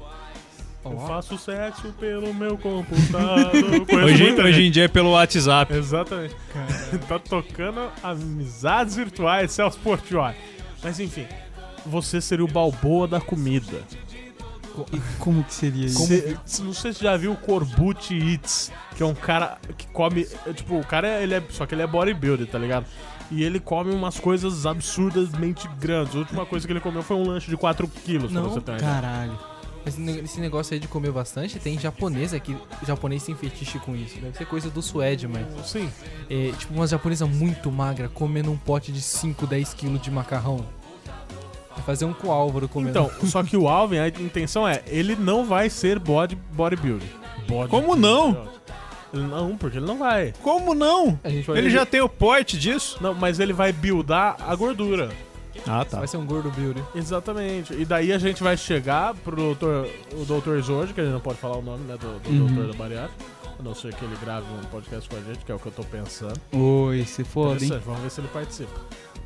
faço sexo pelo meu computador. Hoje em dia é pelo WhatsApp. Exatamente. Tá tocando amizades virtuais, Celso Portioli. Mas enfim, você seria o Balboa da comida. E como que seria isso? Não sei se você já viu o Corbucci Eats, que é um cara que come... Tipo, o cara, só que ele é bodybuilder, tá ligado? E ele come umas coisas absurdamente grandes. A última coisa que ele comeu foi um lanche de 4 quilos, pra você ter uma ideia. Caralho. Esse negócio aí de comer bastante, tem japonês aqui. Japonês tem fetiche com isso. Deve ser coisa do Suede, mas... Sim. Tipo, uma japonesa muito magra comendo um pote de 5, 10 quilos de macarrão. Vai fazer um com o Álvaro comendo. Então, só que o Alvin, a intenção é, ele não vai ser bodybuilder. Como não? Não, porque ele não vai. Como não? A gente vai Ele ver- já tem o porte disso? Não, mas ele vai buildar a gordura. Ah, tá. Vai ser um gordo beauty. Exatamente. E daí a gente vai chegar pro Dr. Zordi, que a gente não pode falar o nome, né, do doutor da bariátrica. A não ser que ele grave um podcast com a gente, que é o que eu tô pensando. Oi, se foda, hein? Interessante, vamos ver se ele participa.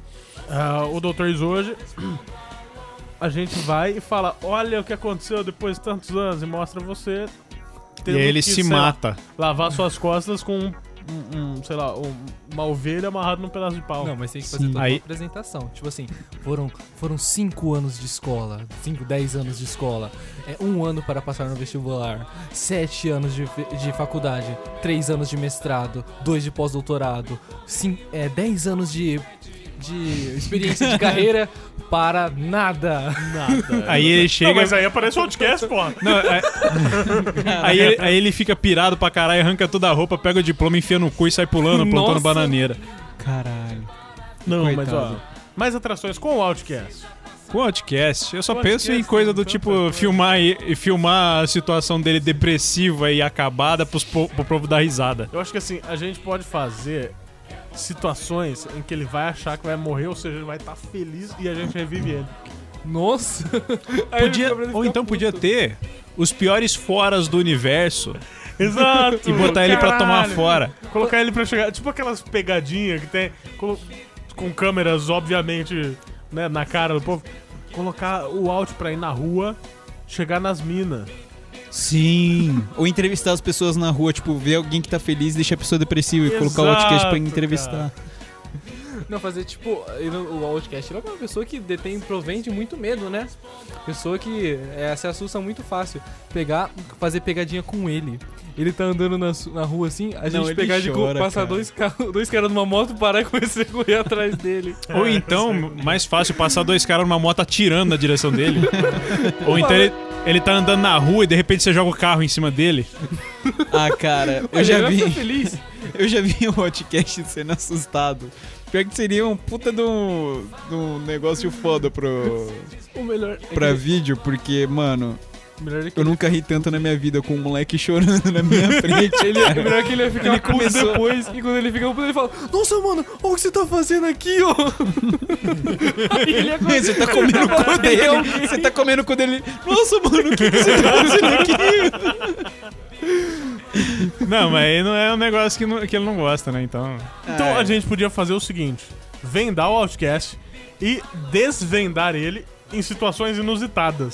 O Dr. Zordi, a gente vai e fala, olha o que aconteceu depois de tantos anos, e mostra você E tendo aí ele que, se sei lá, mata. lavar suas costas com sei lá, uma ovelha amarrada num pedaço de pau. Não, mas tem que fazer Sim. toda Aí- uma apresentação. Tipo assim, foram 5 anos de escola, 5, 10 anos de escola, 1 ano para passar no vestibular, 7 anos de faculdade, 3 anos de mestrado, 2 de pós-doutorado, 10 anos de experiência de carreira para nada. Nada. Aí ele Não, chega. mas aí aparece o podcast, porra. Não, aí ele fica pirado pra caralho, arranca toda a roupa, pega o diploma, enfia no cu e sai pulando, plantando Nossa. bananeira. Caralho. Não, mas Coitado. ó, mais atrações com o Outcast. Com o Outcast, eu só Com o penso em Outcast coisa tem do tanta tipo coisa. filmar a situação dele depressiva e acabada pro povo dar risada. Eu acho que assim, a gente pode fazer situações em que ele vai achar que vai morrer, ou seja, ele vai estar feliz e a gente revive ele. Nossa! Aí ele fica Ou então podia ter os piores foras do universo Exato! e botar ele pra tomar Caralho. fora. Colocar ele pra chegar, tipo aquelas pegadinhas que tem com câmeras, obviamente, né, na cara do povo. Colocar o Out pra ir na rua, chegar nas minas. Sim. Ou entrevistar as pessoas na rua, tipo, ver alguém que tá feliz, deixar a pessoa depressiva e colocar o Outcast pra Exato, entrevistar. Não, fazer tipo, o Outcast ele é uma pessoa que provém de muito medo, né? Pessoa que se assusta muito fácil. Fazer pegadinha com ele. Ele tá andando na rua assim, a gente ele pegar chora, passar cara. dois caras numa moto, parar e começar a correr atrás dele. Ou então, mais fácil, passar 2 caras numa moto atirando na direção dele. Ou então ele tá andando na rua e de repente você joga o carro em cima dele. Ah, cara, eu Ele já vai vi. ficar feliz. Eu já vi o Outcast sendo assustado. Pior que seria um puta de um negócio foda O melhor pra vídeo, porque, mano, melhor é que eu nunca ri tanto na minha vida com um moleque chorando na minha frente. é melhor que ele ia ficar Ele puto começou- depois. E quando ele fica puto, ele fala: Nossa, mano, olha o que você tá fazendo aqui, ó. Aí ele agora- Você tá comendo o cu dele. Você tá comendo o cu dele. Nossa, mano, o que você tá fazendo aqui? Não, mas aí não é um negócio que ele não gosta, né? Então. Então a gente podia fazer o seguinte: vendar o Outcast e desvendar ele em situações inusitadas.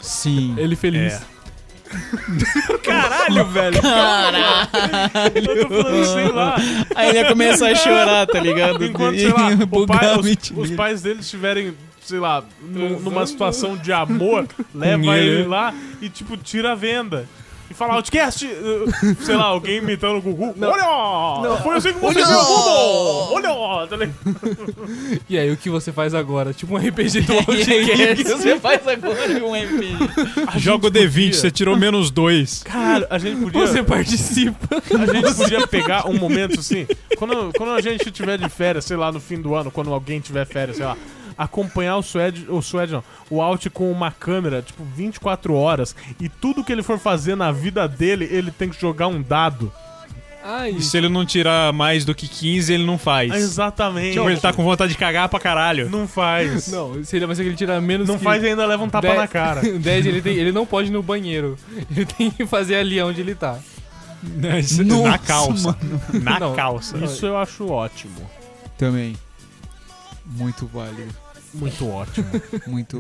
Sim. Ele feliz. Caralho, velho. Eu tô falando, sei lá. Aí ele ia começar a chorar, tá ligado? Enquanto, sei lá, Bugar a os mentira. pais deles estiverem, sei lá, numa situação de amor, leva ele lá e, tipo, tira a venda. E fala, Outcast, sei lá, alguém imitando o Gugu. Olha! Foi assim que você viu o Gugu! Olha! Tá ligado? E aí, o que você faz agora? Tipo um RPG do E aí, o que Outcast. você faz agora um RPG? Joga o D20, você tirou -2. Cara, a gente podia... Você participa. A gente podia pegar um momento assim, quando a gente tiver de férias, sei lá, no fim do ano, quando alguém tiver férias, sei lá, acompanhar o Alt com uma câmera, tipo, 24 horas, e tudo que ele for fazer na vida dele, ele tem que jogar um dado. Ai, E se ele não tirar mais do que 15, ele não faz. Exatamente. Tipo, ele tá com vontade de cagar pra caralho. Não faz. não, se ele vai ser que ele tira menos Não que faz e ainda leva um tapa 10 na cara. 10, ele não pode ir no banheiro. Ele tem que fazer ali onde ele tá. Na calça. Na Não. calça. Isso eu acho ótimo. Também. Muito válido. Muito ótimo. Muito.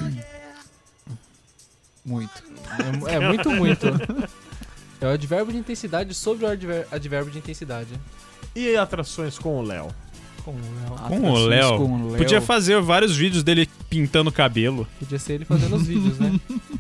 Muito. É muito. É o advérbio de intensidade sobre o advérbio de intensidade. E atrações com o Léo? Com o Léo. Com o Léo. Com o Léo. Podia fazer vários vídeos dele pintando o cabelo. Podia ser ele fazendo os vídeos, né?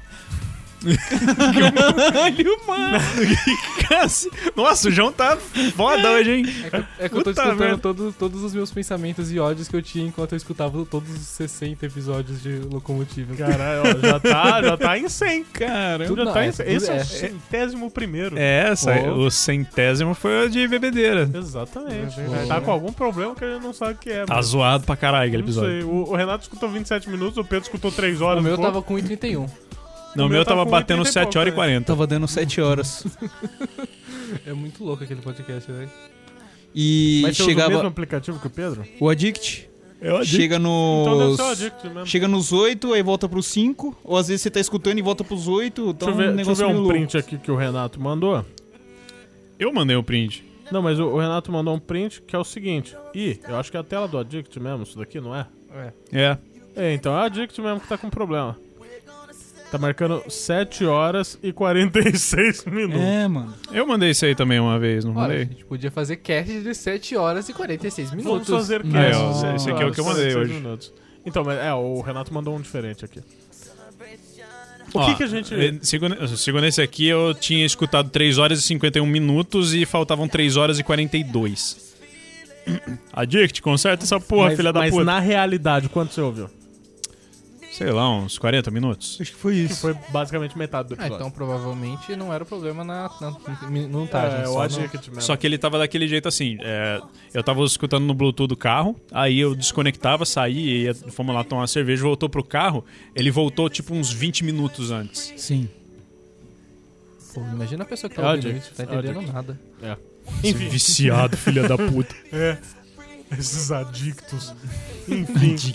Caralho, mano. Nossa, o João tá foda hoje, hein? É que eu tô Puta escutando merda. todos os meus pensamentos e ódios que eu tinha enquanto eu escutava todos os 60 episódios de Locomotiva. Caralho, ó, já tá em 100. Cara, Tudo Já tá em é, 100. tudo Esse é o é. 100º. o 100º foi o de bebedeira. Exatamente. É verdade. Tá com algum problema que a gente não sabe o que é. Tá mas- zoado pra caralho aquele Não episódio. sei. O Renato escutou 27 minutos, o Pedro escutou 3 horas. O meu e pouco. tava com 1,31. Não, o meu tava com batendo 80 e 7 horas e pouco, 40. Tava dando 7 horas. É muito louco aquele podcast, velho. E Mas você usa o mesmo chegava. aplicativo que o Pedro? O Addict Eu chega Então deve nos. ser o Addict mesmo. Chega nos 8, aí volta pros 5. Ou às vezes você tá escutando e volta pros 8. Então Deixa eu ver, um negócio um meio louco. print aqui que o Renato mandou. Eu mandei o print. Não, mas o Renato mandou um print que é o seguinte. Ih, eu acho que é a tela do Addict mesmo, isso daqui, não é? É. É, então é o Addict mesmo que tá com problema. Tá marcando 7 horas e 46 minutos. É, mano. Eu mandei isso aí também uma vez, não Olha, a mandei? gente podia fazer cast de 7 horas e 46 Vamos minutos. fazer Aí, cast. ó, 7 esse aqui é o que eu horas e mandei 46 hoje. minutos. Então, mas o Renato mandou um diferente aqui. O Ó, que a gente... Segundo esse aqui, eu tinha escutado 3 horas e 51 minutos e faltavam 3 horas e 42. Addict, conserta essa porra, filha da mas puta. na realidade, quanto você ouviu? Sei lá, uns 40 minutos. Acho que foi Que isso. foi basicamente metade do Ah, episódio. então provavelmente não era o problema na minutagem. É, só o no- Addict mesmo. Só que ele tava daquele jeito assim. Eu tava escutando no Bluetooth do carro, aí eu desconectava, saí, fomos lá tomar uma cerveja, voltou pro carro. Ele voltou tipo uns 20 minutos antes. Sim. Pô, imagina a pessoa que É tá ouvindo Addict, isso, tá é entendendo Addict. nada. Enfim, Viciado, filha da puta. esses adictos. Enfim.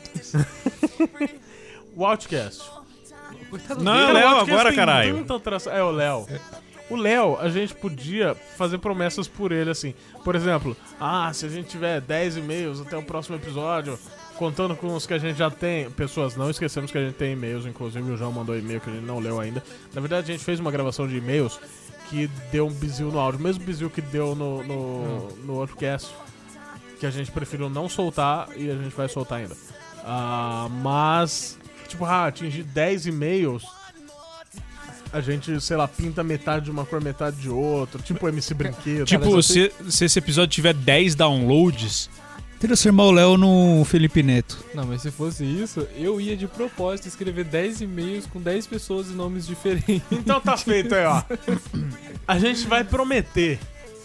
O Outcast. Não, Cara, é o o Léo Outcast agora, tem caralho. tanta atração- É o Léo. O Léo, a gente podia fazer promessas por ele, assim. Por exemplo, se a gente tiver 10 e-mails até o próximo episódio, contando com os que a gente já tem. Pessoas, não esquecemos que a gente tem e-mails, inclusive o João mandou e-mail que a gente não leu ainda. Na verdade, a gente fez uma gravação de e-mails que deu um bizil no áudio, o mesmo bizil que deu no Outcast, que a gente preferiu não soltar e a gente vai soltar ainda. Mas, tipo, atingir 10 e-mails, a gente, sei lá, pinta metade de uma cor, metade de outra, tipo MC Brinquedo. Tipo, se esse episódio tiver 10 downloads, Transformar o Léo no Felipe Neto. Não, mas se fosse isso, eu ia de propósito escrever 10 e-mails com 10 pessoas e nomes diferentes. Então tá feito aí, ó. A gente vai prometer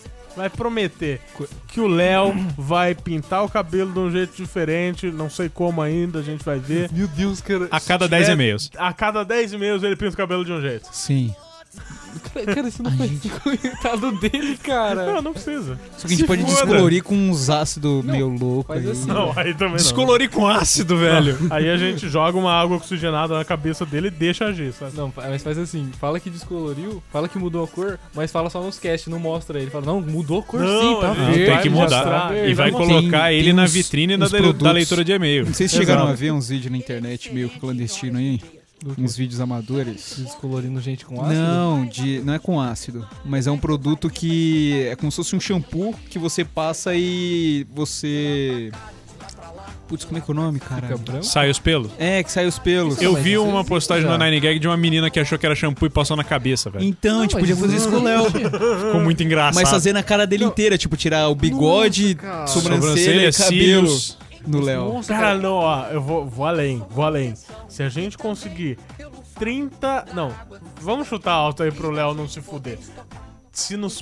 que o Léo vai pintar o cabelo de um jeito diferente, não sei como ainda, a gente vai ver. Meu Deus, cara. a cada 10 tiver- e-mails. A cada 10 e-mails ele pinta o cabelo de um jeito. Sim. Cara, isso não faz coitado dele, cara. Não, não precisa. Só que a gente pode foda. descolorir com uns ácidos meio loucos. faz aí. assim. Não, aí também não. Descolorir com ácido, velho. Aí a gente joga uma água oxigenada na cabeça dele e deixa agir, sabe? Não, mas faz assim, fala que descoloriu, fala que mudou a cor, mas fala só nos cast, não mostra ele. Fala, não, mudou a cor Não, sim, tá não, verde. tem que vai mudar. mostrar, E vai vai colocar Tem- ele tem na uns- vitrine uns da produtos. leitura de e-mail. Não sei se chegaram Exato. a ver uns vídeos na internet meio clandestino aí. uns vídeos amadores. Descolorindo gente com ácido? Não é com ácido, mas é um produto que é como se fosse um shampoo que você passa e você... Putz, como é que é o nome, cara? Fica branco? Sai os pelos. É, que sai os pelos. Eu mas vi isso uma postagem no já. Nine Gag de uma menina que achou que era shampoo e passou na cabeça, velho. Então, a gente Não, podia mas fazer isso com o Léo. Ficou muito engraçado. Mas fazer na cara dele inteira, tipo, tirar o bigode, cara. sobrancelha e cabelo cílios. no Léo. Nossa, Cara, não, ó, eu vou além. Se a gente conseguir 30... Não, vamos chutar alto aí pro Léo não se fuder. Se no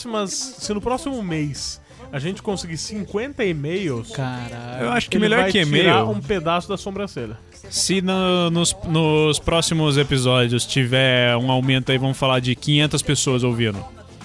próximo mês a gente conseguir 50 e-mails, Caralho. Eu acho que ele melhor vai que tirar e-mail. um pedaço da sobrancelha. Se nos próximos episódios tiver um aumento aí, vamos falar de 500 pessoas ouvindo.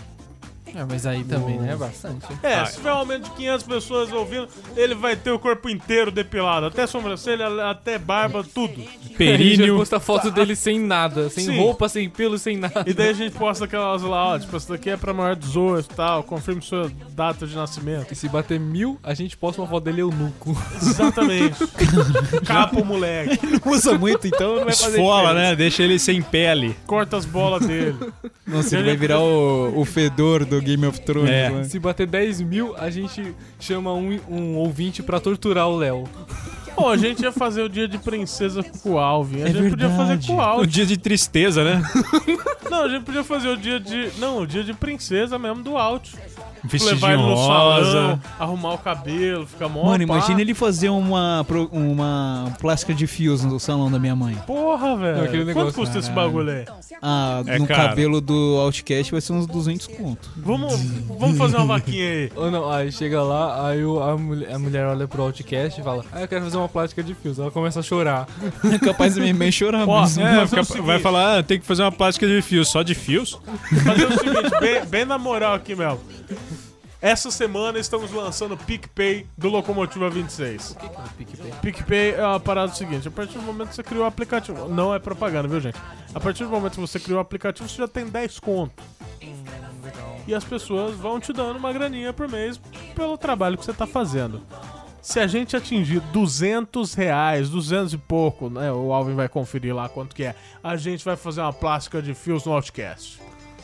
mas aí também, né? Bastante. Se tiver um aumento de 500 pessoas ouvindo, ele vai ter o corpo inteiro depilado. Até sobrancelha, até barba, tudo. A gente vai Períneo. postar foto dele sem nada, sem Sim. roupa, sem pelo, sem nada. E daí a gente posta aquelas lá, ó, tipo, essa daqui é pra maior de 18 e tal, confirme sua data de nascimento. E se bater 1000, a gente posta uma foto dele eunuco. Exatamente. Capa o moleque. Não usa muito, então não vai fazer Esfola, diferença. né? Deixa ele sem pele. Corta as bolas dele. Nossa, ele vai virar o fedor do Game of Thrones. É. né? Se bater 10.000, a gente chama um ouvinte pra torturar o Léo. Pô, a gente ia fazer o dia de princesa com o Alvin. A É gente podia fazer verdade. com o Um Alvin. dia de tristeza, né? Não, a gente podia fazer o dia de... Não, o dia de princesa mesmo do Alt. Levar Vestidinho ele no salão, rosa. arrumar o cabelo, ficar mó Mano, pá. imagina ele fazer uma plástica de fios no salão da minha mãe. Porra, velho. Não, aquele Quanto negócio, custa esse caralho. bagulho aí? É No caro. cabelo do Outcast vai ser uns 200 conto. Vamos fazer uma vaquinha aí. Ou não, aí chega lá, aí a mulher olha pro Outcast e fala: eu quero fazer uma plástica de fios. Ela começa a chorar. É capaz de minha mãe chorar Ó, mesmo. é, Vai seguinte. falar, tem que fazer uma plástica de fios. Só de fios? Fazer o seguinte, bem na moral aqui, Mel. Essa semana estamos lançando o PicPay do Locomotiva 26. O que é o PicPay? PicPay é uma parada seguinte, a partir do momento que você criou o aplicativo, não é propaganda, viu, gente? A partir do momento que você criou o aplicativo, você já tem 10 conto. Legal. E as pessoas vão te dando uma graninha por mês pelo trabalho que você tá fazendo. Se a gente atingir R$200, 200 e pouco, né? O Alvin vai conferir lá quanto que é. A gente vai fazer uma plástica de fios no Outcast.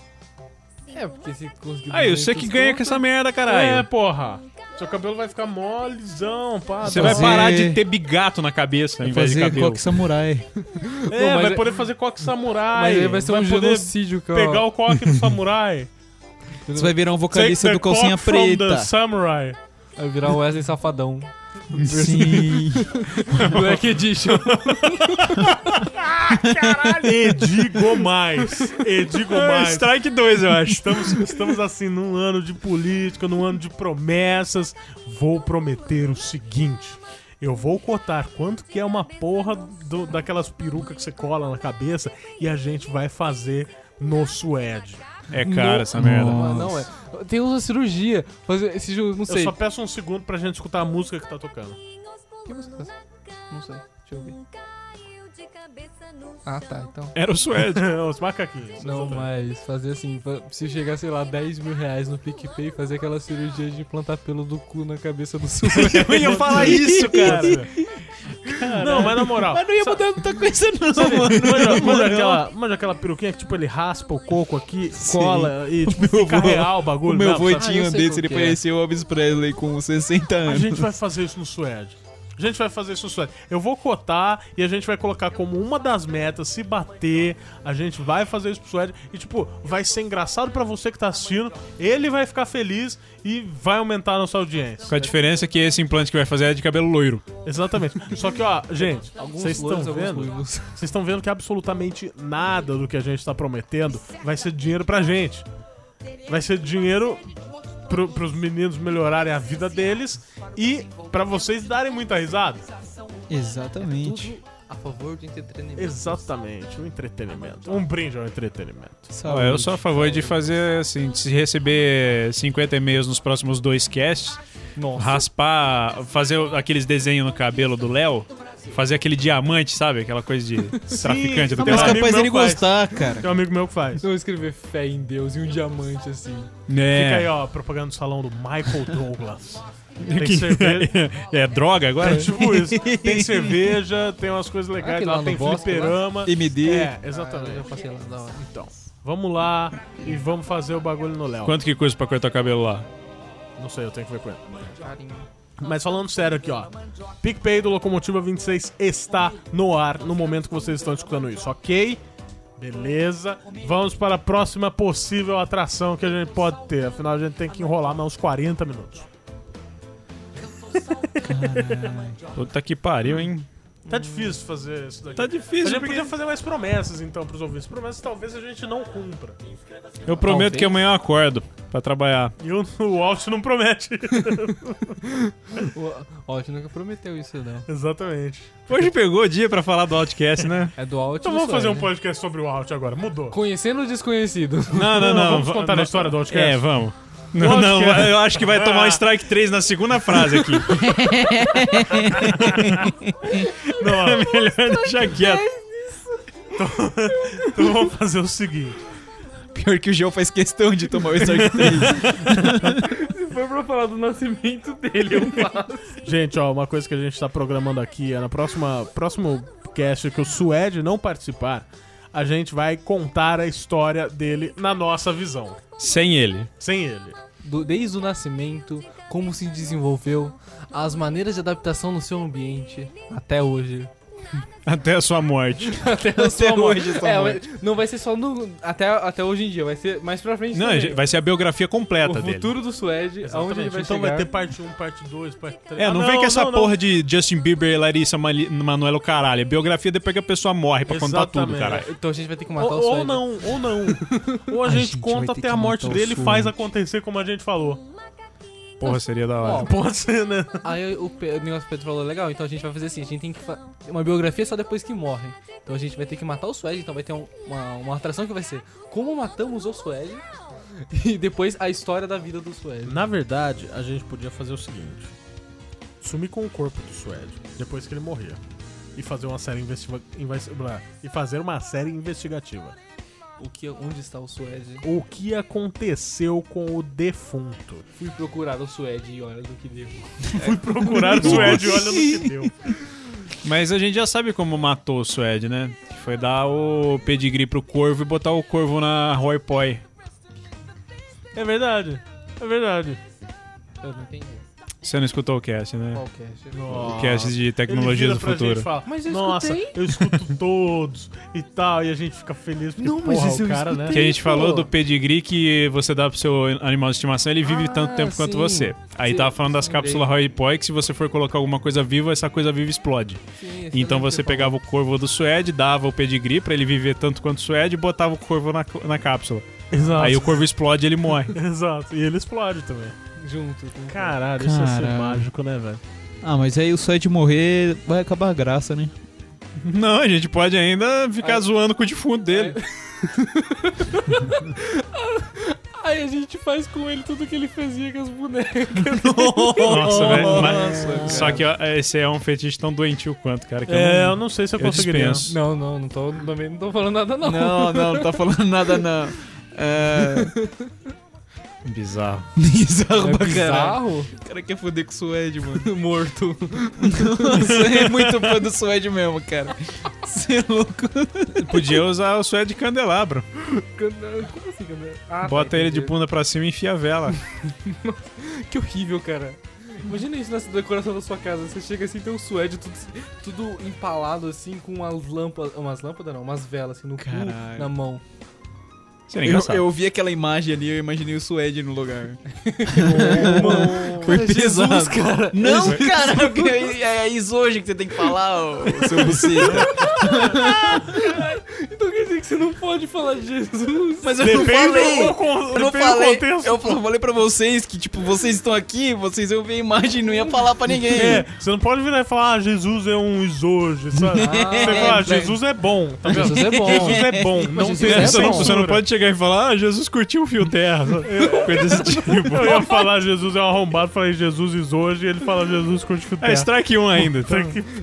Porque se conseguir. Aí, você que ganha com essa merda, caralho. É, porra. Seu cabelo vai ficar molezão, pá. Você dá vai fazer- parar de ter bigato na cabeça ao invés de Fazer cabelo. coque samurai. É, Não, mas vai é- poder fazer coque samurai. Mas aí vai ser um poder genocídio, cara. pegar o coque do samurai. Você vai virar um vocalista Take do Calcinha the cock from the Preta. samurai. Vai virar o Wesley Safadão. Sim. Black Edition. E digo mais. Strike 2, eu acho. Estamos assim num ano de política, num ano de promessas. Vou prometer o seguinte. Eu vou cotar quanto que é uma porra daquelas perucas que você cola na cabeça e a gente vai fazer no suede. É cara essa merda. Não é. Tem uma cirurgia. Fazer esse jogo, não Eu sei. só peço um segundo pra gente escutar a música que tá tocando. Que música é essa? Não sei. Deixa eu ver. Ah, tá. Então. Era o suede. Os macaquinhos. Não, exatamente. mas fazer assim, se chegar, sei lá, 10 mil reais no PicPay, fazer aquela cirurgia de implantar pelo do cu na cabeça do sujeito. Eu ia falar isso, cara. Não, mas na moral. Mas não ia botar muita coisa não, Sabe, mano. manja aquela peruquinha que, tipo, ele raspa o coco aqui, Sim. cola e, tipo, fica avô- real o O bagulho. meu mesmo, avô sabe? tinha eu um sei desse, qual ele que é. parecia o Elvis Presley com 60 A anos. gente vai fazer isso no suede. A gente vai fazer isso no suede. Eu vou cotar e a gente vai colocar como uma das metas, se bater, a gente vai fazer isso pro suede. E, tipo, vai ser engraçado pra você que tá assistindo, ele vai ficar feliz e vai aumentar a nossa audiência. Com a diferença que esse implante que vai fazer é de cabelo loiro. Exatamente. Só que, ó, gente, vocês estão loiros, vendo? ruivos. Vocês estão vendo que absolutamente nada do que a gente tá prometendo vai ser dinheiro pra gente. Vai ser dinheiro pros meninos melhorarem a vida deles e pra vocês darem muita risada. Exatamente. Tudo a favor do entretenimento. Exatamente, um entretenimento. Um brinde ao entretenimento. Ó, eu sou a favor de fazer assim, de se receber 50 e-mails nos próximos 2 casts, Nossa. raspar, fazer aqueles desenhos no cabelo do Léo Fazer aquele diamante, sabe? Aquela coisa de traficante do Ah, mas um teu amigo capaz meu ele faz. gostar, cara. Tem um amigo meu que faz. Não escrever fé em Deus e um diamante assim. Fica aí, ó, propaganda do salão do Michael Douglas. Tem Que- cerveja. É droga agora? É tipo isso. Tem cerveja, tem umas coisas legais Aquele lá, lá no tem bosque, fliperama. MD. É, Eu exatamente. passei lá da hora. Então, vamos lá e vamos fazer o bagulho no Léo. Quanto que custa pra cortar o cabelo lá? Não sei, eu tenho que ver com ele. Carinho. Mas falando sério aqui, ó. PicPay do Locomotiva 26 está no ar no momento que vocês estão escutando isso, ok? Beleza. Vamos para a próxima possível atração que a gente pode ter. Afinal, a gente tem que enrolar mais uns 40 minutos. Puta que pariu, hein? Tá difícil fazer isso daqui. Tá A difícil, gente porque... podia fazer mais promessas, então, pros ouvintes. Promessas talvez a gente não cumpra. Eu prometo Talvez. que amanhã eu acordo pra trabalhar. E o Alt não promete. Ó, a gente nunca prometeu isso, não. Exatamente. Hoje pegou o dia pra falar do Outcast, né? É do Alt Então do vamos fazer um Suede. podcast sobre o Alt agora. Mudou. Conhecendo o desconhecido. Não. Vamos contar a história do Outcast? É, vamos. Não, Outcast. eu acho que vai tomar um strike 3 na segunda frase aqui. Não, ó, É melhor deixar quieto. então vamos fazer o seguinte. Pior que o João faz questão de tomar o Strike 3. Se for pra falar do nascimento dele, eu faço. Gente, ó, uma coisa que a gente tá programando aqui é na próximo cast que o Suede não participar, a gente vai contar a história dele na nossa visão. Sem ele. Sem ele. Desde o nascimento, como se desenvolveu, as maneiras de adaptação no seu ambiente, até hoje. Até a sua morte. Até hoje, sua morte. Não vai ser só no. Até hoje em dia, vai ser mais pra frente. Não, também. vai ser a biografia completa O dele. futuro do Suede, aonde ele vai Então chegar. vai ter parte 1, parte 2, parte 3. É, não vem com essa porra de Justin Bieber e Larissa Manoela, o caralho. É biografia depois que a pessoa morre pra contar tudo, Exatamente. caralho. Então a gente vai ter que matar o Ou Suede. não. Ou a gente gente conta vai ter até que a morte matar o dele e Suede. faz acontecer como a gente falou. Porra, seria da hora. Ó, Pode ser, né? Aí o negócio que o Pedro falou é legal, então a gente vai fazer assim, a gente tem que uma biografia só depois que morre. Então a gente vai ter que matar o Suede, então vai ter uma atração que vai ser como matamos o Suede e depois a história da vida do Suede. Na verdade, a gente podia fazer o seguinte: sumir com o corpo do Suede depois que ele morrer e fazer uma série investigativa. Onde está o Suede? O que aconteceu com o defunto? Fui procurar o Suede e olha do que deu. Fui procurar o Suede e olha no que deu. Mas a gente já sabe como matou o Suede, né? Que foi dar o pedigree pro corvo e botar o corvo na Roy Poi. É verdade. É verdade. Eu não entendi. Você não escutou o cast, né? Qual cast? O cast de tecnologias do futuro. Mas eu Nossa, escutei. eu escuto todos e tal, e a gente fica feliz porque, Não, mas porra, isso eu o cara, né? Que a gente pô. falou do pedigree que você dá pro seu animal de estimação, ele vive tanto tempo quanto sim. você. Aí Sim, tava falando das lembrei. cápsulas Roy Poi, que se você for colocar alguma coisa viva, essa coisa viva explode. Sim, Então você pegava o corvo do Suede, dava o pedigree pra ele viver tanto quanto o Suede e botava o corvo na cápsula. Exato. Aí o corvo explode e ele morre. Exato. E ele explode também. junto. Caralho, isso ia ser Caralho. mágico, né, velho? Ah, mas aí o Suede morrer vai acabar a graça, né? Não, a gente pode ainda ficar zoando com o defunto dele. Aí a gente faz com ele tudo que ele fazia com as bonecas. Nossa, velho. Mas- cara. Só que ó, esse é um fetiche tão doentio quanto, cara. Que Eu não sei se eu eu conseguiria. dispenso. Não tô falando nada não. Não tá falando nada, não. É. Bizarro. Bizarro É pra caralho. bizarro? O cara quer foder com o Suede, mano. Morto. Nossa, é muito fã do Suede mesmo, cara. Você é louco. Podia usar o Suede de candelabro. Como assim, cara? Ah, Bota tá, ele de entendi. bunda pra cima e enfia a vela. Que horrível, cara. Imagina isso nessa decoração da sua casa. Você chega assim, tem um suede tudo empalado assim, com umas lâmpadas não, umas velas assim no cu, Caralho. na mão. Seria engraçado. Eu vi aquela imagem ali, eu imaginei o Suede no lugar. Foi Foi Jesus, pesado. cara. Não, cara, é isso hoje que você tem que falar, ô seu buceta. Então quer dizer que Você não pode falar de Jesus. Mas eu não falei. Eu não depende do falei. contexto. Eu falei pra vocês que, tipo, vocês estão aqui, vocês iam ver a imagem e não ia falar pra ninguém. É, você não pode virar e falar, você é um isoge, sabe? Você fala, Jesus é bom, tá vendo? Jesus é bom. Jesus é bom, não Jesus tem é Você não, bom. você não pode chegar e falar, Jesus curtiu o fio terra. Coisa desse tipo. Eu ia falar, Jesus é um arrombado, falei, Jesus isoge, e ele fala, Jesus curte o É strike 1 ainda. Então.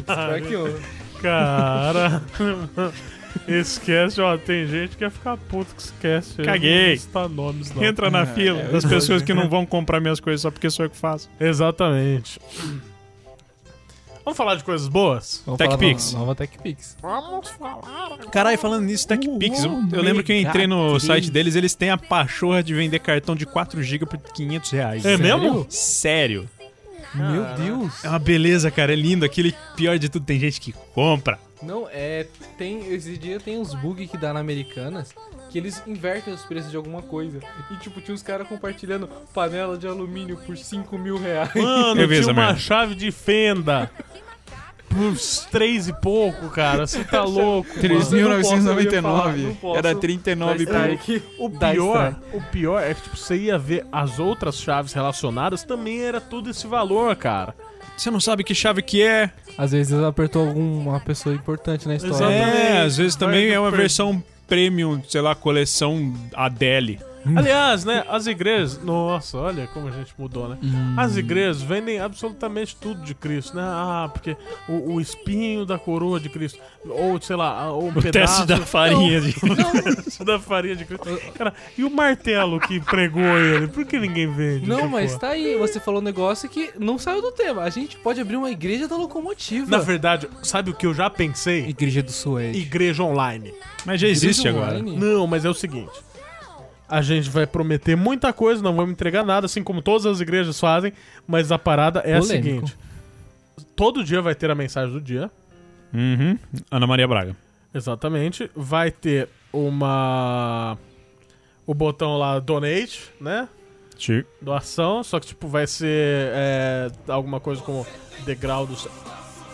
Cara, esse cast, ó, tem gente que quer ficar puto com esse cast. Eu Caguei. Não citar nomes, não. Entra na fila das pessoas que não vão comprar minhas coisas só porque sou eu que faço. Exatamente. Vamos falar de coisas boas? Vamos TechPix. falar da nova TechPix. Caralho, falando nisso, TechPix, eu lembro que eu entrei no site deles, eles têm a pachorra de vender cartão de 4GB por R$500. É mesmo? Sério. Meu Deus. É uma beleza, cara, é lindo. Aquele pior de tudo, tem gente que compra. Não, esse dia tem uns bugs que dá na Americanas que eles invertem os preços de alguma coisa. E tipo, tinha uns caras compartilhando panela de alumínio por R$5.000. Mano, Eu vi tinha essa uma merda. chave de fenda por 3 e pouco, cara. Você tá louco. mano. 3.999. posso. Era 39 Tá por... aqui. O Dá pior é que tipo, você ia ver as outras chaves relacionadas, também era tudo esse valor, cara. Você não sabe que chave que é. Às vezes apertou alguma pessoa importante na história. Exatamente. Às vezes também Vai é uma do versão premium, sei lá, coleção Adele. Aliás, né, as igrejas... Nossa, olha como a gente mudou, né? As igrejas vendem absolutamente tudo de Cristo, né? Ah, porque o espinho da coroa de Cristo, ou sei lá, ou um O pedaço... teste da farinha. O teste da farinha de Cristo. Cara, e o martelo que pregou ele? Por que ninguém vende? Não, essa mas porra? tá aí, você falou um negócio que não saiu do tema. A gente pode abrir uma igreja da locomotiva. Na verdade, sabe o que eu já pensei? Igreja do Suede. Igreja online. Mas já existe Igreja agora. online? Não, mas é o seguinte. A gente vai prometer muita coisa, não vamos entregar nada, assim como todas as igrejas fazem, mas a parada é a Polêmico. seguinte. Todo dia vai ter a mensagem do dia. Uhum. Ana Maria Braga. Exatamente. Vai ter o botão lá donate, né? Chico. Doação, só que tipo vai ser alguma coisa como degrau do céu.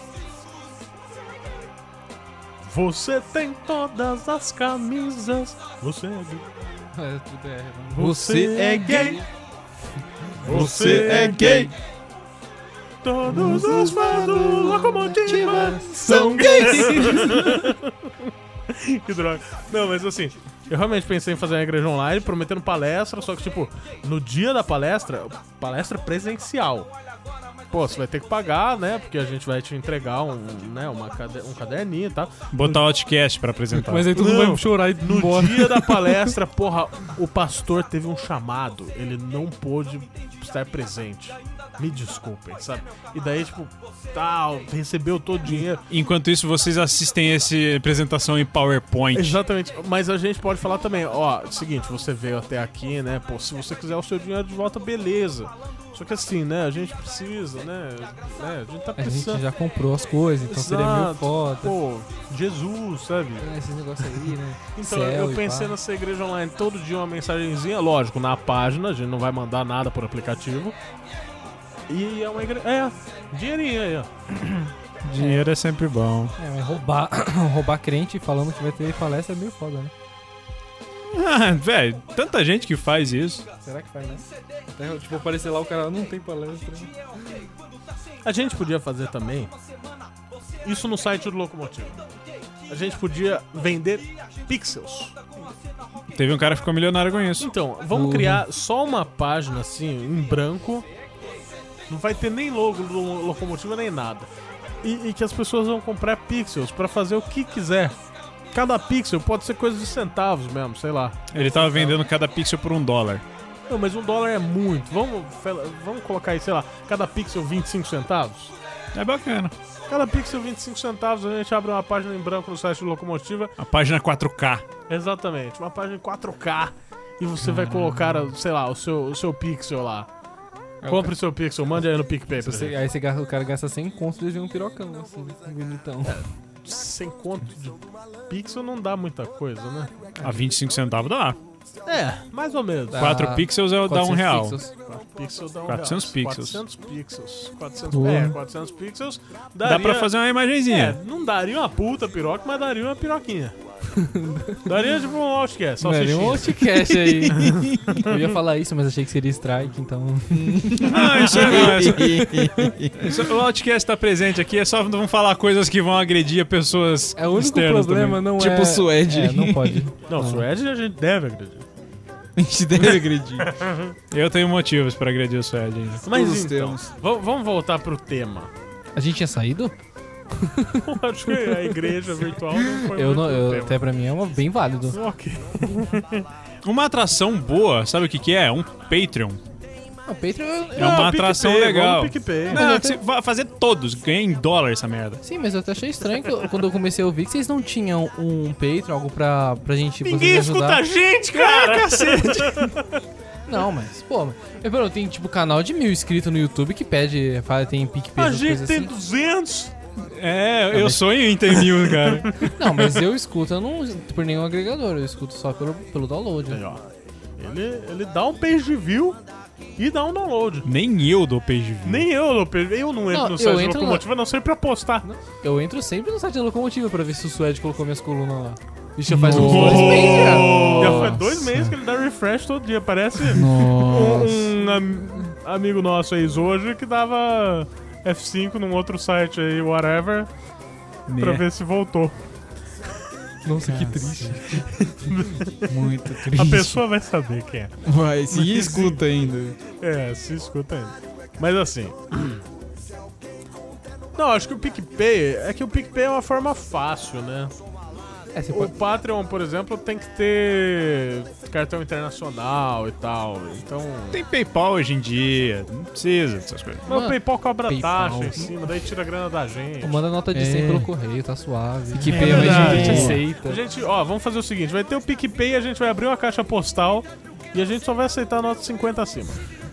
Você tem todas as camisas. Você é gay. É, tudo é, mano. Você é gay. Você é gay. Todos os fãs do Locomotiva são gays. Que droga. Não, mas assim, eu realmente pensei em fazer uma igreja online prometendo palestra, só que tipo, no dia da palestra presencial. Pô, você vai ter que pagar, né? Porque a gente vai te entregar um caderninho e tal. Botar o Outcast pra apresentar. Mas aí todo mundo vai chorar e ir No embora. dia da palestra, porra, o pastor teve um chamado. Ele não pôde estar presente. Me desculpem, sabe? E daí, tipo, tal, recebeu todo o dinheiro. Enquanto isso, vocês assistem essa apresentação em PowerPoint. Exatamente, mas a gente pode falar também, ó, seguinte, você veio até aqui, né? Pô, se você quiser o seu dinheiro de volta, beleza. Só que assim, né, a gente precisa, né? A gente tá A precisando. gente já comprou as coisas, então seria meio Exato. foda. Pô, Jesus, sabe? Esses negócios aí, né? Então, Céu eu e pensei pá. nessa igreja online todo dia uma mensagenzinha, lógico, na página, a gente não vai mandar nada por aplicativo. E é uma igreja. Dinheirinho aí, ó. Dinheiro é sempre bom. É, mas roubar crente falando que vai ter palestra é meio foda, né? Ah, velho, tanta gente que faz isso. Será que faz, né? Até, tipo, aparecer lá o cara não tem palestra. Né? A gente podia fazer também isso no site do Locomotivo. A gente podia vender pixels. Teve um cara que ficou milionário com isso. Então, vamos criar só uma página assim, em branco. Não vai ter nem logo do Locomotiva nem nada. E que as pessoas vão comprar pixels pra fazer o que quiser. Cada pixel pode ser coisa de centavos mesmo, sei lá. Ele tava vendendo cada pixel por $1. Não, mas $1 é muito. Vamos colocar aí, sei lá, cada pixel 25 centavos? É bacana. Cada pixel 25 centavos, a gente abre uma página em branco no site do Locomotiva. A página 4K. Exatamente, uma página em 4K. E você vai colocar, sei lá, o seu pixel lá. Compre o seu pixel, mande aí no PicPay pra gente. Aí o cara gasta 100 contos e vê um pirocão, assim, bonitão. Sem conto de pixel não dá muita coisa, né? A 25 centavos dá. Mais ou menos. Dá. 4 pixels dá 400 R$1. pixels. 4 pixels dá 400 pixels. 400 pixels. 400 pixels. Dá pra fazer uma imagenzinha. Não daria uma puta piroca, mas daria uma piroquinha. Daria tipo um Outcast, Daria um salsichinha. Outcast aí. Eu ia falar isso, mas achei que seria strike, então... Não, isso não. O Outcast tá presente aqui, é só não falar coisas que vão agredir a pessoas É o único externas problema, também. não Tipo é... Suede. É, não pode. Não, Suede a gente deve acreditar. A gente deve agredir. Eu tenho motivos pra agredir o Suede ainda. Mas Todos então, temos. vamos voltar pro tema. A gente tinha saído? Acho que a igreja virtual não foi Eu muito não, pro tema. até pra mim é bem válido. Ok. Uma atração boa, sabe o que é? Um Patreon. O Patreon... É uma atração legal. Vamos no PicPay. Não, você vai fazer todos, ganha em dólar essa merda. Sim, mas eu até achei estranho quando eu comecei a ouvir que vocês não tinham um Patreon, algo pra gente Ninguém vocês escuta ajudar. a gente, cara! Cacete! Não, mas, pô, tem tipo canal de 1000 inscritos no YouTube que pede, tem PicPay, A essas gente coisas tem assim. 200. É, eu sonho em ter 1000, cara. Não, mas eu escuto, eu não por nenhum agregador, eu escuto só pelo download. Aí, ó. Ele dá um page view e dá um download. Nem eu dou page view. Nem eu dou page view. Eu não entro Não, no eu site do entro Locomotiva, não sei pra postar. Eu entro sempre no site da Locomotiva pra ver se o Suede colocou minhas colunas lá. Isso já faz uns Nossa. 2 meses já. Já faz 2 meses que ele dá refresh todo dia. Parece Nossa. amigo nosso aí, hoje, que dava F5 num outro site aí, whatever, pra ver se voltou. Nossa, que triste. Muito triste. A pessoa vai saber quem é. Vai, se escuta ainda. É, se escuta ainda. Mas assim... Não, acho que o PicPay... É que o PicPay é uma forma fácil, né? É, você O pode... Patreon, por exemplo, tem que ter cartão internacional e tal. Então... Tem PayPal hoje em dia, não precisa dessas coisas. Mas o Mano, PayPal cobra PayPal. taxa em cima, daí tira a grana da gente. Manda nota de 100 É. pelo correio, tá suave. PicPay é mais a gente difícil. aceita. A gente, ó, vamos fazer o seguinte, vai ter o PicPay, a gente vai abrir uma caixa postal e a gente só vai aceitar nota 50 acima.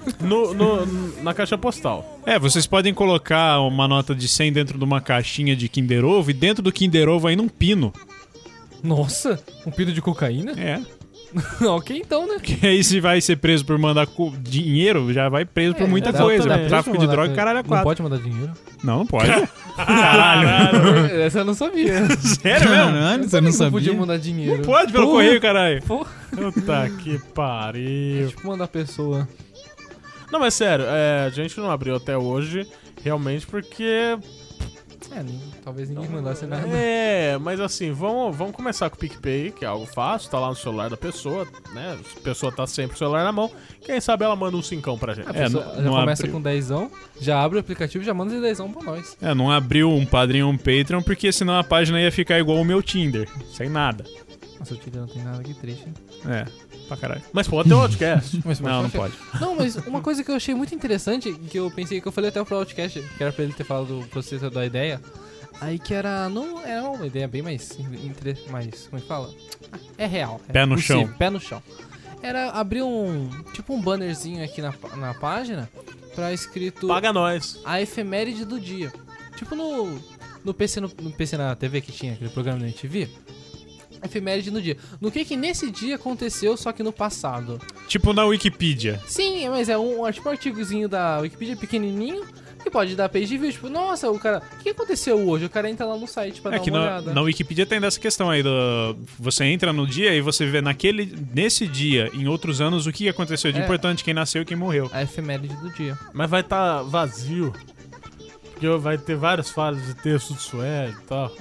Na caixa postal. É, vocês podem colocar uma nota de 100 dentro de uma caixinha de Kinder Ovo e dentro do Kinder Ovo ainda um pino. Nossa, um pino de cocaína? É. Ok, então, né? Que aí se vai ser preso por mandar dinheiro, já vai preso por muita dá coisa. também. Tráfico de droga, caralho, é Não 4. pode mandar dinheiro? Não pode. Caralho. Essa eu não sabia. Sério mesmo? Caralho, você não Não podia sabia? mandar dinheiro. Pode pelo Porra. correio, caralho. Pô, Puta que pariu. tipo, mandar a pessoa. Não, mas sério, a gente não abriu até hoje, realmente porque... Talvez ninguém mandasse nada. É, mas assim, vamos começar com o PicPay, que é algo fácil, tá lá no celular da pessoa, né? A pessoa tá sempre com o celular na mão. Quem sabe ela manda um 5 pra gente. A pessoa não- já não começa abriu. com 10, já abre o aplicativo e já manda esse 10 pra nós. É, não abriu um padrinho ou um Patreon, porque senão a página ia ficar igual o meu Tinder. Sem nada. Nossa, o Tinder não tem nada, que triste. É, pra caralho. Mas pode ter um podcast. Mas, Não pode. Não, mas uma coisa que eu achei muito interessante, que eu pensei, que eu falei até pro Outcast, que era pra ele ter falado do processo da ideia, aí que era, não, era uma ideia bem mais, como é que fala? É real. É Pé no possível, chão. Pé no chão. Era abrir tipo um bannerzinho aqui na página, pra escrito Paga nós. a efeméride do dia. Tipo no PC na TV que tinha aquele programa da MTV. Efeméride no dia. No que nesse dia aconteceu, só que no passado. Tipo na Wikipedia. Sim, mas é tipo um artigozinho da Wikipedia pequenininho que pode dar page view. Tipo, nossa, o cara... O que aconteceu hoje? O cara entra lá no site pra É dar que uma na, olhada. na Wikipedia tem dessa questão aí você entra no dia e você vê nesse dia, em outros anos, o que aconteceu de É. importante, quem nasceu e quem morreu. A efeméride do dia. Mas vai estar vazio. Porque vai ter várias falhas de texto do Suede e tal.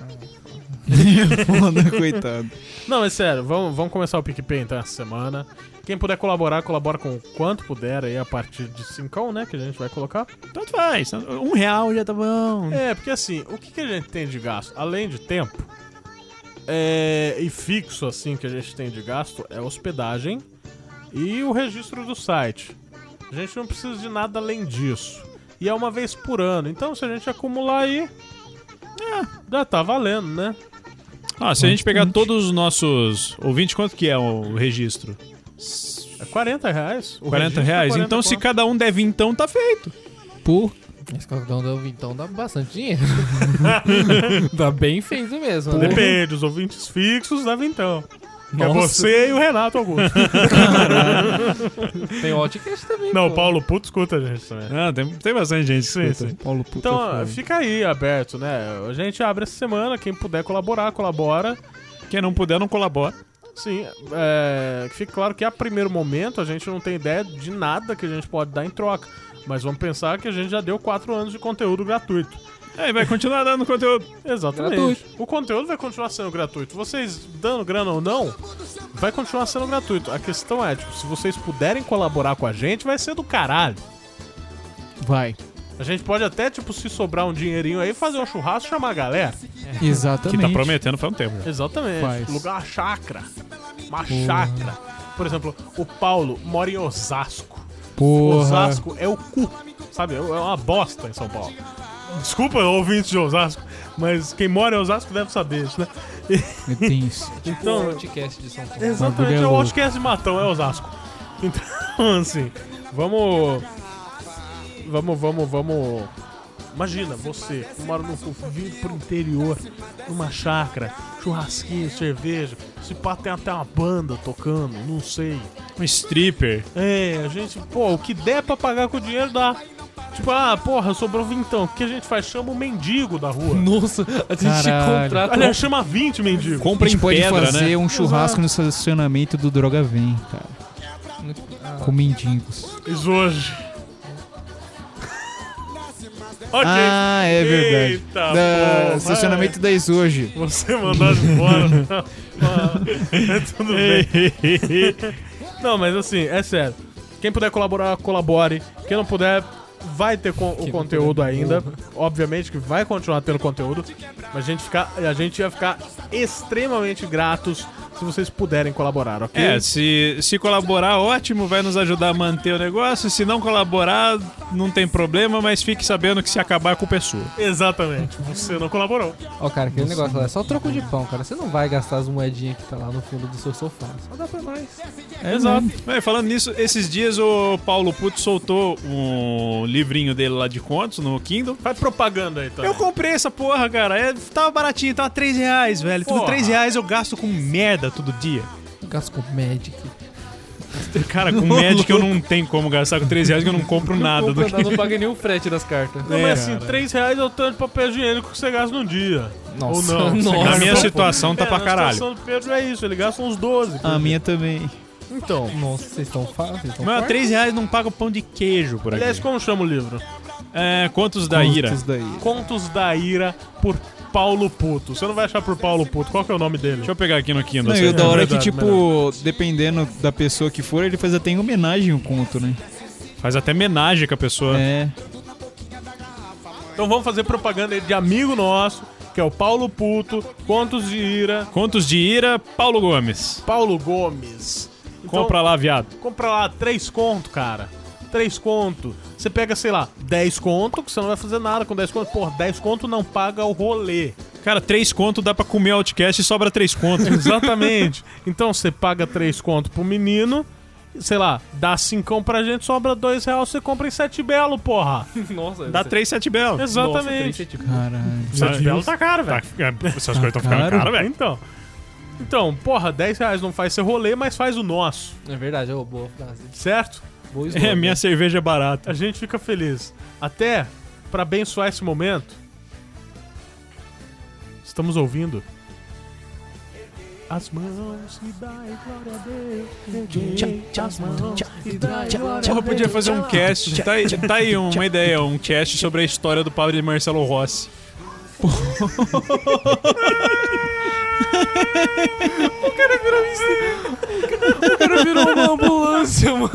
Foda, coitado. Não, mas sério, vamos começar o PicPay então essa semana. Quem puder colaborar, colabora com o quanto puder aí a partir de 5, né? Que a gente vai colocar. Tanto faz. R$1 já tá bom. É, porque assim, o que a gente tem de gasto, além de tempo, e fixo assim que a gente tem de gasto, é hospedagem e o registro do site. A gente não precisa de nada além disso. E é uma vez por ano. Então se a gente acumular aí, já tá valendo, né? Ah, se a gente pegar todos os nossos ouvintes, quanto que é o registro? É R$40. O R$40? registro é 40 Então se conto. cada um der então tá feito. Pô, Esse cartão então dá bastante dinheiro. Dá bem feito mesmo, né? Depende, os ouvintes fixos dá então. Que é Nossa. você e o Renato Augusto. Tem o Outcast também, Não, o pô. Paulo Puto escuta a gente também. Ah, tem bastante gente que Sim, escuta. sim. Paulo puta Então, foda. fica aí aberto, né? A gente abre essa semana, quem puder colaborar, colabora. Quem não puder, não colabora. Sim, que fique claro que a primeiro momento a gente não tem ideia de nada que a gente pode dar em troca. Mas vamos pensar que a gente já deu 4 anos de conteúdo gratuito. E vai continuar dando conteúdo. Exatamente. Gratuito. O conteúdo vai continuar sendo gratuito. Vocês dando grana ou não, vai continuar sendo gratuito. A questão é, tipo, se vocês puderem colaborar com a gente, vai ser do caralho. Vai. A gente pode até, tipo, se sobrar um dinheirinho aí, fazer um churrasco e chamar a galera. Exatamente. Que tá prometendo faz um tempo já. Exatamente. Faz. Lugar chácara. Uma chácara. Por exemplo, o Paulo mora em Osasco. Porra. Osasco é o cu. Sabe? É uma bosta em São Paulo. Desculpa, ouvintes de Osasco, mas quem mora em Osasco deve saber isso, né? É tenso. Então, O podcast de São Paulo. exatamente, bagulho é é o louco. Outcast de Matão, é Osasco. Então, assim, vamos. Imagina você, que mora no cu, vindo pro interior, numa chácara, churrasquinho, cerveja. Se pá, tem até uma banda tocando, não sei. Um stripper. A gente, o que der pra pagar com o dinheiro dá. Tipo, porra, sobrou vintão. O que a gente faz? Chama o mendigo da rua. Nossa, a gente Caralho. contrata. Aliás, chama 20 mendigos. A Compra em gente pode pedra, fazer né? um churrasco no estacionamento do Droga Vem, cara. Com mendigos. Isso hoje. Ok. Ah, é verdade. Eita, Da porra, estacionamento da Exoge. Você mandado embora. Tudo bem. Não, mas assim, é sério. Quem puder colaborar, colabore. Quem não puder, vai ter o conteúdo ainda. Obviamente que vai continuar tendo conteúdo. Mas a gente ia ficar extremamente gratos se vocês puderem colaborar, ok? Se colaborar, ótimo, vai nos ajudar a manter o negócio. Se não colaborar, não tem problema, mas fique sabendo que se acabar, a culpa é sua. Exatamente. Você não colaborou. Ó, cara, aquele negócio lá é só troco de pão, cara. Você não vai gastar as moedinhas que tá lá no fundo do seu sofá. Só dá pra nós. Exato. Falando nisso, esses dias o Paulo Puto soltou um livrinho dele lá de contos no Kindle. Faz propaganda aí, tá? Eu comprei essa porra, cara. Tava baratinho, tava R$3, velho. Tudo Porra. R$3 eu gasto com merda todo dia. Gasto com Magic. Cara, com Magic eu não tenho como gastar com R$3 que eu não compro nada do que... Não paga nenhum frete das cartas. Não, mas assim, cara. R$3 é o tanto de papel higiênico que você gasta num dia. Nossa, Ou não. nossa. Você Na gasta minha um pouco. situação tá pra Na caralho. situação do Pedro é isso, ele gasta uns 12. A minha também. Então, Nossa, vocês estão fáceis. Mas R$3 não paga o pão de queijo por aqui. aliás, como chama o livro? Contos da Ira. Contos da Ira. Contos da Ira por Paulo Puto. Você não vai achar por Paulo Puto. Qual que é o nome dele? Deixa eu pegar aqui no Kindle. Não, e você- o da hora é que, verdade, tipo, dependendo da pessoa que for, ele faz até em homenagem ao conto, né? Faz até homenagem com a pessoa. É. Então vamos fazer propaganda aí de amigo nosso, que é o Paulo Puto, Contos de Ira, Contos de Ira, Paulo Gomes. Paulo Gomes. Então, Compra lá, viado. Compra lá 3 conto, cara. 3 conto. Você pega, sei lá, 10 conto, que você não vai fazer nada com 10 conto. Porra, 10 conto não paga o rolê. Cara, 3 conto dá pra comer Outcast e sobra 3 conto. Exatamente. Então você paga 3 conto pro menino, sei lá, dá 5 pra gente, sobra R$2, você compra em 7 belo, porra. Nossa, Dá 3 7 belos. Exatamente. Caralho. 7 belo tá caro, velho. Essas coisas estão ficando caro. caras, velho. Então, porra, R$10 não faz seu rolê, mas faz o nosso, É verdade, ô, boa frase. certo? Boa slogan. É, minha cerveja é barata. A gente fica feliz. Até, pra abençoar esse momento, estamos ouvindo as mãos e dai glória a Deus. As mãos e dai glória a Porra, podia Deus. fazer um cast. Tá aí uma ideia, um cast sobre a história do padre Marcelo Rossi. O cara virou uma ambulância, mano.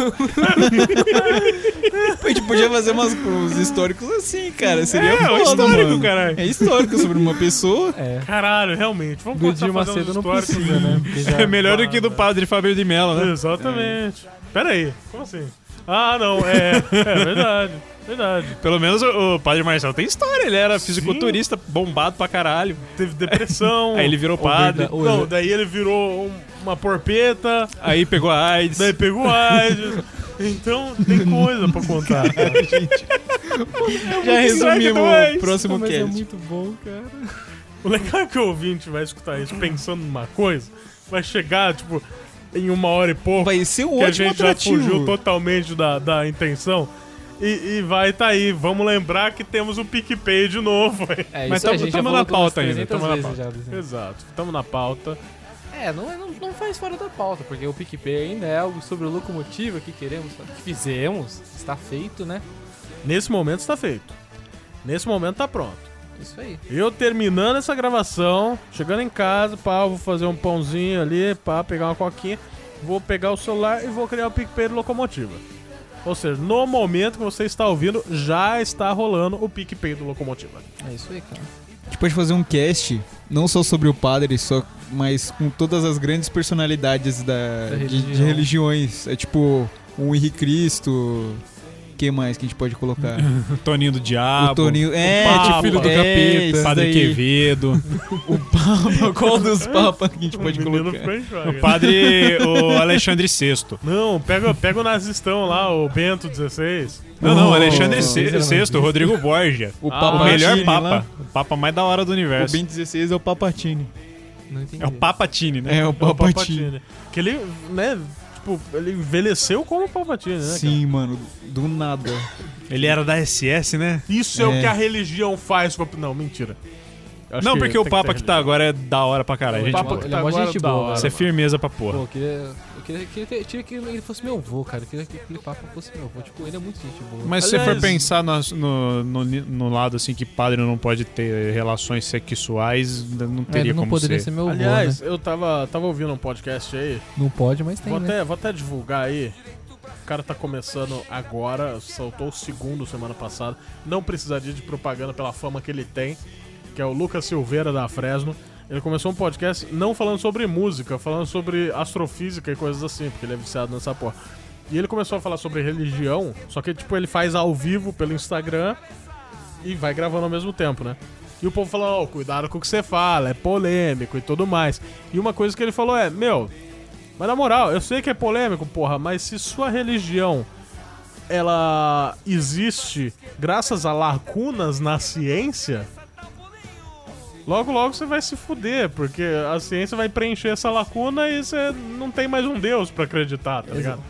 A gente podia fazer uns históricos assim, cara. Seria É foda, histórico, mano. caralho. É histórico sobre uma pessoa. É. Caralho, realmente. Vamos Do começar Edir a fazer uns Macedo não históricos. precisa, né? Porque já- É melhor do que do padre Fábio de Mello, né? Exatamente. Pera aí, como assim? Ah, não, é verdade, verdade. Pelo menos o padre Marcelo tem história. Ele era fisiculturista, bombado pra caralho. Teve depressão. Aí ele virou padre. verdade. Não, daí ele virou uma porpeta, Aí pegou a AIDS. daí pegou AIDS. Então tem coisa pra contar, cara. Já resumimos dois. o próximo Mas é cast. muito bom, cara. O legal é que o ouvinte vai escutar isso pensando numa coisa, vai chegar, tipo, em 1 hora e pouco, Vai ser um que a ótimo gente já fugiu atrativo. totalmente da intenção. E vai tá aí, vamos lembrar que temos o PicPay de novo, hein? É Mas isso aí, a gente já tamo falou na pauta umas ainda, 300 tamo na vezes pauta. já, desenho. Exato, estamos na pauta. Não faz fora da pauta, porque o PicPay ainda é algo sobre o Locomotiva que queremos, que fizemos, está feito, né? Nesse momento está feito. Nesse momento tá pronto. Isso aí. Eu terminando essa gravação, chegando em casa, pá, vou fazer um pãozinho ali, pá, pegar uma coquinha, vou pegar o celular e vou criar o PicPay do Locomotiva. Ou seja, no momento que você está ouvindo, já está rolando o PicPay do Locomotiva. É isso aí, cara. A gente pode fazer um cast, não só sobre o padre, mas com todas as grandes personalidades de religiões. É tipo o Henrique Cristo. Quem mais que a gente pode colocar? Toninho do Diabo. O Toninho. Papa, filho do capeta. Padre Quevedo. O Papa. Qual dos papas que a gente pode colocar? O padre. O Alexandre VI. Não, pega o nazistão lá, o Bento XVI. Não, Alexandre VI, o Rodrigo Borgia. O O melhor Papa. O Papa mais da hora do O universo. Bento XVI é o Papatini. Não entendi. É o Papatini, né? É o Papatini. Que ele, né, tipo, ele envelheceu como o Palpatine, né? Sim, mano, do nada. Ele era da SS, né? Isso é o que a religião faz com a... Não, mentira. Acho Não, que porque o tem Papa ter que tá agora é da hora pra caralho. O Gente, Papa boa. que Ele tá é mó agora gente da boa, hora. Isso é firmeza pra porra. Pô, eu queria que ele fosse meu avô, cara. Eu queria que aquele Papa fosse meu avô. Tipo, ele é muito gente boa. Mas se você Aliás- for pensar no lado assim que padre não pode ter relações sexuais, não teria ele não como poderia ser. ser meu avô, Aliás, né? eu tava ouvindo um podcast aí. Não pode, mas tem, né? Vou até divulgar aí. O cara tá começando agora, soltou o segundo semana passada. Não precisaria de propaganda pela fama que ele tem, que é o Lucas Silveira da Fresno. Ele começou um podcast não falando sobre música, falando sobre astrofísica e coisas assim, porque ele é viciado nessa porra. E ele começou a falar sobre religião, só que tipo ele faz ao vivo pelo Instagram e vai gravando ao mesmo tempo, né? E o povo falou, cuidado com o que você fala, é polêmico e tudo mais. E uma coisa que ele falou é, mas na moral, eu sei que é polêmico, porra, mas se sua religião, ela existe graças a lacunas na ciência, logo você vai se fuder, porque a ciência vai preencher essa lacuna e você não tem mais um Deus pra acreditar, tá ligado?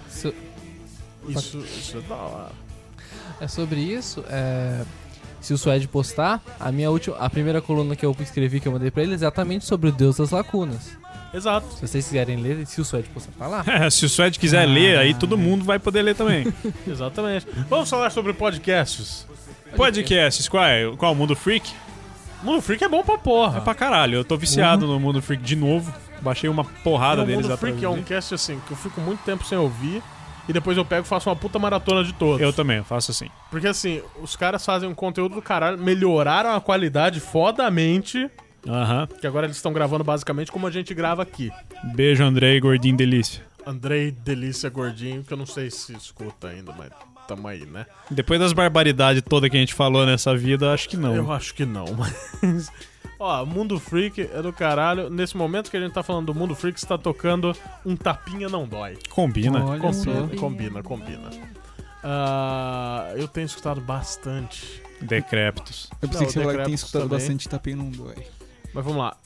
Isso é da hora. É sobre isso. Se o Suede postar, a primeira coluna que eu escrevi, que eu mandei pra ele, é exatamente sobre o Deus das lacunas. Exato. Se vocês quiserem ler, se o Suede postar, tá lá. Se o Suede quiser ler, aí todo mundo vai poder ler também. Exatamente. Vamos falar sobre podcasts. Podcasts, qual? Mundo Freak? Mundo Freak é bom pra porra. É pra caralho, eu tô viciado no Mundo Freak de novo. Baixei uma porrada O deles Mundo atrás Freak é um cast assim, que eu fico muito tempo sem ouvir e depois eu pego e faço uma puta maratona de todos. Eu também, eu faço assim. Porque assim, os caras fazem um conteúdo do caralho, melhoraram a qualidade fodamente, Aham. que agora eles estão gravando basicamente como a gente grava aqui. Beijo, Andrei, gordinho delícia. Andrei Delícia Gordinho, que eu não sei se escuta ainda, mas tamo aí, né? Depois das barbaridades todas que a gente falou nessa vida, acho que não. Eu acho que não, mas... Ó, Mundo Freak é do caralho. Nesse momento que a gente tá falando do Mundo Freak, você tá tocando Um Tapinha Não Dói. Combina. Olha só. Combina. Eu tenho escutado bastante. Decrépitos. Eu pensei Não, que você Decrépitos tem escutado também. bastante Tapinha Não Dói. Mas vamos lá.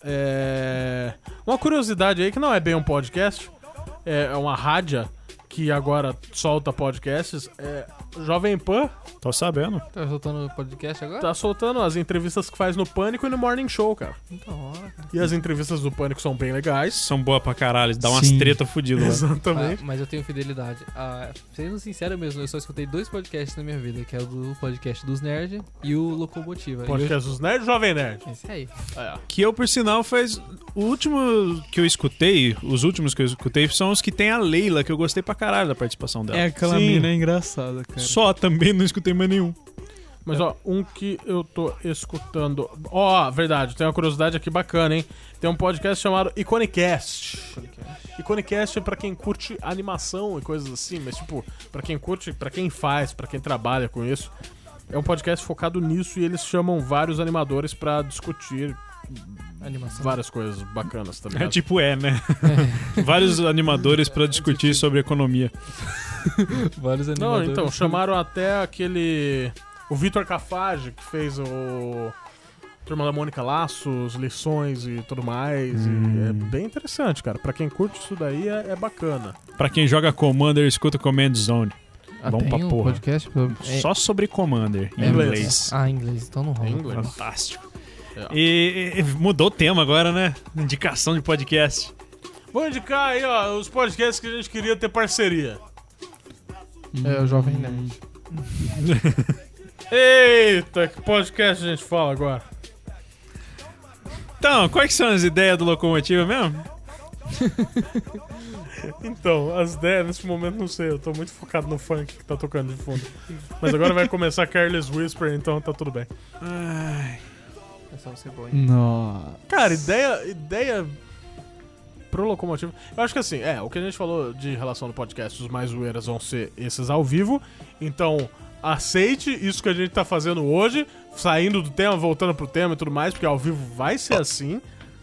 Uma curiosidade aí, que não é bem um podcast, é uma rádio que agora solta podcasts. Jovem Pan Tô sabendo. Tá soltando podcast agora? tá soltando as entrevistas que faz no Pânico e no Morning Show, cara. Da hora, cara. E as entrevistas do Pânico são bem legais. São boas pra caralho, dá umas Sim. treta fodidas lá. Exatamente. Mas eu tenho fidelidade. Sendo sincero mesmo, eu só escutei 2 podcasts na minha vida, que é o do podcast dos Nerd e o Locomotiva. Podcast dos Nerds e Jovem Nerd. Esse aí. Que eu, por sinal, faz... O último que eu escutei, os últimos que eu escutei são os que tem a Leila, que eu gostei pra caralho da participação dela. É aquela Sim. mina engraçada, cara. Só também não escutei mais nenhum. Mas ó, um que eu tô escutando. Ó, verdade, tem uma curiosidade aqui bacana, hein? Tem um podcast chamado Iconicast. Iconicast é pra quem curte animação e coisas assim, mas tipo, pra quem curte, pra quem faz, pra quem trabalha com isso. É um podcast focado nisso e eles chamam vários animadores pra discutir Animação. várias coisas bacanas também. É tipo, né? Vários animadores pra discutir sobre economia. Vários Não, animadores. então, chamaram até aquele. O Vitor Cafage, que fez o Turma da Mônica Laços, lições e tudo mais. E é bem interessante, cara. Pra quem curte isso daí é bacana. Pra quem joga Commander, escuta Command Zone. Bom tem pra um porra. podcast Só sobre Commander, em inglês. inglês. inglês, então não rola. Em inglês. Fantástico. É. E mudou o tema agora, né? Indicação de podcast. Vou indicar aí, ó, os podcasts que a gente queria ter parceria. É o Jovem Nerd. Eita, que podcast a gente fala agora? Então, quais são as ideias do Locomotiva mesmo? Então, as ideias nesse momento não sei, eu tô muito focado no funk que tá tocando de fundo. Mas agora vai começar Careless Whisper, então tá tudo bem. Ai. É só você bom. Nossa. Cara, ideia pro Locomotivo. Eu acho que assim, o que a gente falou de relação do podcast, os mais zoeiras vão ser esses ao vivo. Então, aceite isso que a gente tá fazendo hoje, saindo do tema, voltando pro tema e tudo mais, porque ao vivo vai ser assim.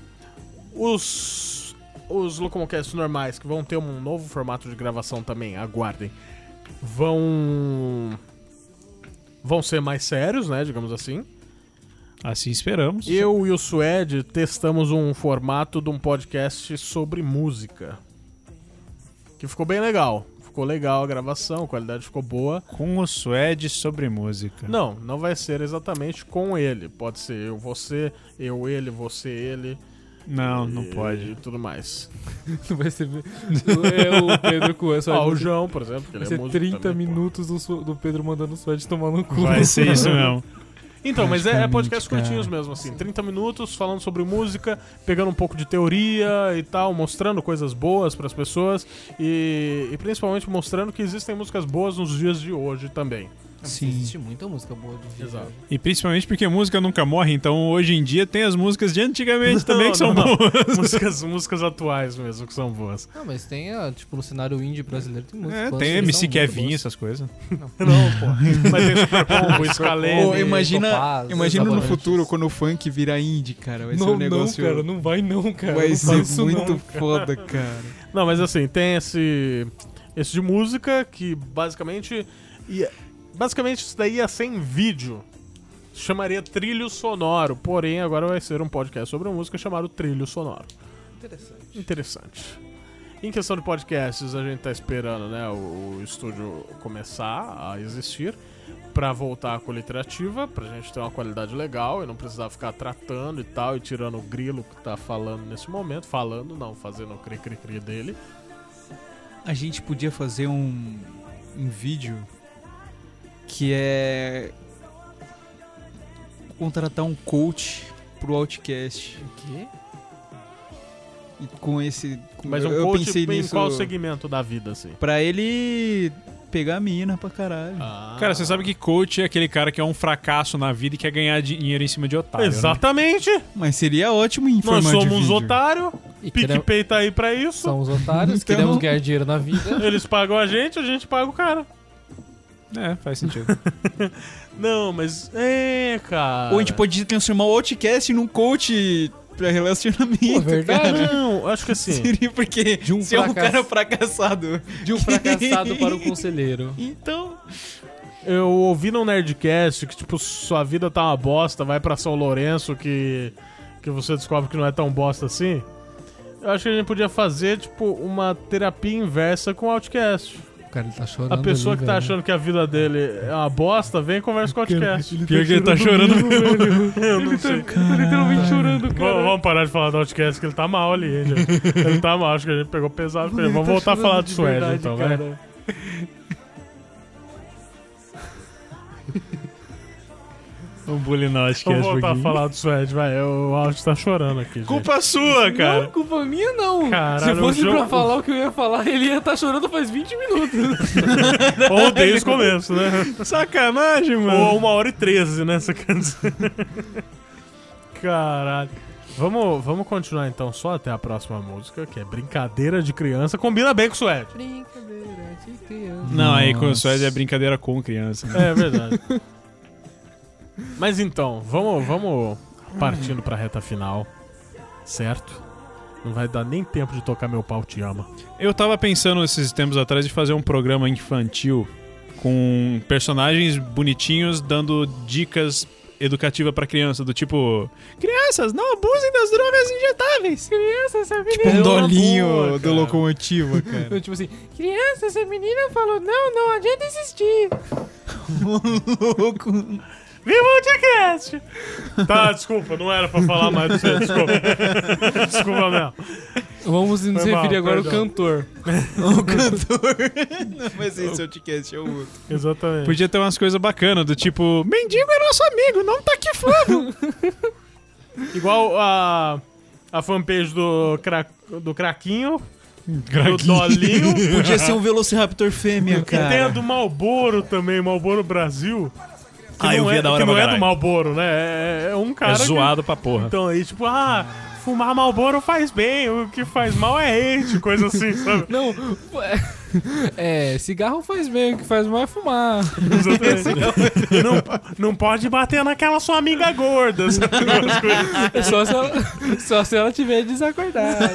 Os Locomocasts normais, que vão ter um novo formato de gravação também, aguardem, vão ser mais sérios, né, digamos assim. Assim esperamos. Eu e o Suede testamos um formato de um podcast sobre música, que ficou bem legal. Ficou legal a gravação, a qualidade ficou boa. Com o Suede sobre música. Não vai ser exatamente com ele. Pode ser eu, você, eu, ele, você, ele. Não e pode. E tudo mais. Não vai ser. O Pedro com essa. O João, por exemplo, que ele vai é ser músico 30 também, minutos do Pedro mandando o Suede tomar no cu. Vai ser isso mesmo. Então, mas é podcast cara. curtinhos mesmo, assim. 30 minutos falando sobre música, pegando um pouco de teoria e tal, mostrando coisas boas pras pessoas e principalmente mostrando que existem músicas boas nos dias de hoje também. Sim. Existe muita música boa de dia. Exato. E principalmente porque a música nunca morre, então hoje em dia tem as músicas de antigamente também que são Não. boas. músicas atuais mesmo que são boas. Não, mas tem, tipo, no cenário indie brasileiro tem música. É, tem MC Kevin, essas coisas. Não, pô. Mas tem Super Combo, Scalene. Pô, imagina Topaz, no Avalanches. futuro quando o funk virar indie, cara. Vai ser Não, um negócio. não, cara, não vai não, cara. Vai Não ser faz isso muito não. foda, cara. Não, mas assim, tem esse de música que basicamente isso daí ia ser em vídeo. Chamaria Trilho Sonoro. Porém, agora vai ser um podcast sobre música chamado Trilho Sonoro. Interessante. Em questão de podcasts, a gente tá esperando, né, o estúdio começar a existir pra voltar com a literativa, pra gente ter uma qualidade legal e não precisar ficar tratando e tal, e tirando o grilo que tá falando nesse momento. Fazendo o cri-cri-cri dele. A gente podia fazer um vídeo que é contratar um coach pro Outcast. O quê? E com esse... Mas um eu coach pensei em nisso qual segmento da vida, assim? pra ele pegar a mina pra caralho. Cara, você sabe que coach é aquele cara que é um fracasso na vida e quer ganhar dinheiro em cima de otário. Né? Exatamente! Mas seria ótimo em Nós formato de somos vídeo. otário, E queremos- PicPay tá aí pra isso. Somos otários, Então- queremos ganhar dinheiro na vida. Eles pagam a gente paga o cara. É, faz sentido. Não, mas... cara... Ou a gente pode transformar o Outcast num coach pra relacionamento. Pô, verdade. cara. Não, acho que assim... Seria porque De um se é um fracasso. cara fracassado. De um fracassado para o conselheiro. Então... Eu ouvi no Nerdcast que, tipo, sua vida tá uma bosta, vai pra São Lourenço que você descobre que não é tão bosta assim. Eu acho que a gente podia fazer, tipo, uma terapia inversa com o Outcast. O cara ele tá chorando. A pessoa ali, que tá velho. achando que a vida dele é uma bosta, vem e conversa com o Outcast. Pior que ele tá chorando mesmo. Eu não sei. Tá literalmente chorando, Vamos parar de falar do Outcast, que ele tá mal ali, hein, gente. Ele tá mal, acho que a gente pegou pesado com ele. Vamos voltar a falar do Suede, então, vai. Vamos bulinar o Vamos Outcast um voltar a pouquinho. falar do Suede, vai. O Alt tá chorando aqui, gente. Culpa sua, cara. Não, culpa minha não. Caralho, Se fosse o jogo- pra falar o que eu ia falar, ele ia estar chorando faz 20 minutos. Ou desde o começo, né? Sacanagem, Ou mano. 1h13, né? Você quer dizer? Caralho. Vamos continuar então só até a próxima música, que é Brincadeira de Criança. Combina bem com o Suede. Brincadeira de criança. Não, aí com o Nossa. Suede é brincadeira com criança. É verdade. Mas então, vamos partindo pra reta final, certo? Não vai dar nem tempo de tocar Meu Pau Te Ama. Eu tava pensando esses tempos atrás de fazer um programa infantil com personagens bonitinhos dando dicas educativas pra criança, do tipo: crianças, não abusem das drogas injetáveis. Crianças, essa menina... Tipo um É uma dolinho boa, do cara. Locomotiva, cara. Eu, tipo assim, criança, essa menina falou, não adianta insistir. Louco. Viva o Outcast! Tá, desculpa, não era pra falar mais disso, desculpa. Desculpa mesmo. Vamos nos Foi mal, referir agora ao perdão. cantor. O cantor. Não, mas esse é o podcast, é o outro. Exatamente. Podia ter umas coisas bacanas, do tipo, mendigo é nosso amigo, não tá aqui fome. Igual a fanpage do Craquinho, do Dolinho. Podia ser um Velociraptor fêmea, E tem a cara. do Malboro também, Malboro Brasil. Que Ah, eu não vi é, da hora que não pra é do caralho. Malboro, né? É um cara É que- zoado pra porra. Então aí, tipo, fumar Malboro faz bem, o que faz mal é hate, coisa assim, sabe? Não, cigarro faz bem, o que faz mal é fumar. Exatamente. não pode bater naquela sua amiga gorda, sabe? Umas coisas assim. É só se ela tiver desacordada.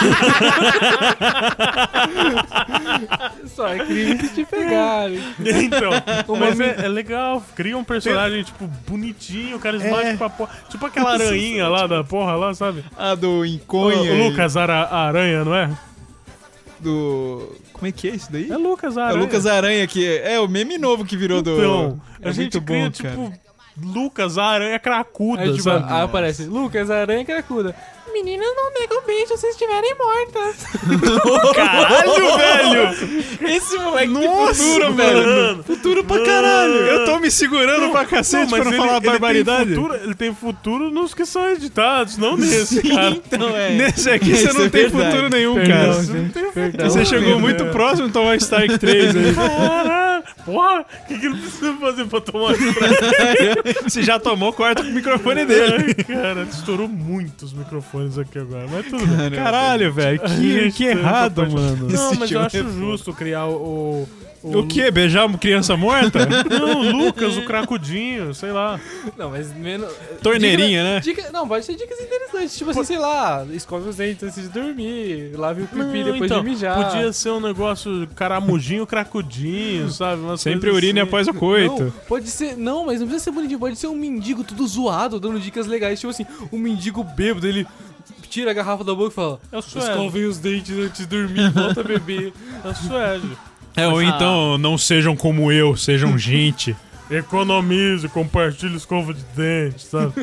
Só é crime se te pegarem. Então, mas é legal, cria um personagem, tipo, bonitinho, carismático pra porra. Tipo aquela aranhinha lá da porra lá, sabe? Ah, do O Inconha. Lucas Aranha, não é? Do... Como é que é isso daí? É Lucas É Aranha. o Lucas Aranha, que é o meme novo que virou do... Então, É a gente muito cria, bom, tipo, cara. Lucas Aranha cracuda, Aí, tipo, sabe? aí aparece Lucas Aranha Cracuda. Meninas não negam beijo se estiverem mortas. Caralho, velho! Esse moleque Nossa, futuro, velho. mano. Futuro pra caralho. Eu tô me segurando pra cacete pra não falar barbaridade. Ele tem futuro nos que são editados, não nesse, cara. Então é. Nesse aqui você Isso não é tem verdade. futuro nenhum, Perdão, cara. gente, perdão. Você chegou muito próximo de tomar Strike 3 aí. Caralho! Porra, o que ele precisa fazer pra tomar strike? Se já tomou, corta com o microfone dele. Ai, cara, estourou muitos microfones aqui agora, mas tudo bem. Caralho, velho. A gente Que tem errado, essa parte. mano. Não, Esse mas tio eu é acho foda. justo criar o O quê? Beijar uma criança morta? Não, o Lucas, o cracudinho, sei lá. Não, mas menos. Torneirinha, né? Não, pode ser dicas interessantes. Tipo assim, sei lá, escove os dentes antes de dormir, lave o pipi Não, depois então, de mijar. podia ser um negócio caramujinho, cracudinho, sabe? Umas Sempre coisas urine assim. após o coito. Não, pode ser. Não, mas não precisa ser bonitinho. Pode ser um mendigo tudo zoado, dando dicas legais. Tipo assim, um mendigo bêbado, ele tira a garrafa da boca e fala: É o Suede. escovem os dentes antes de dormir, volta a beber. É o Suede. Ou então, não sejam como eu, sejam gente. Economize, compartilhe escova de dente, sabe?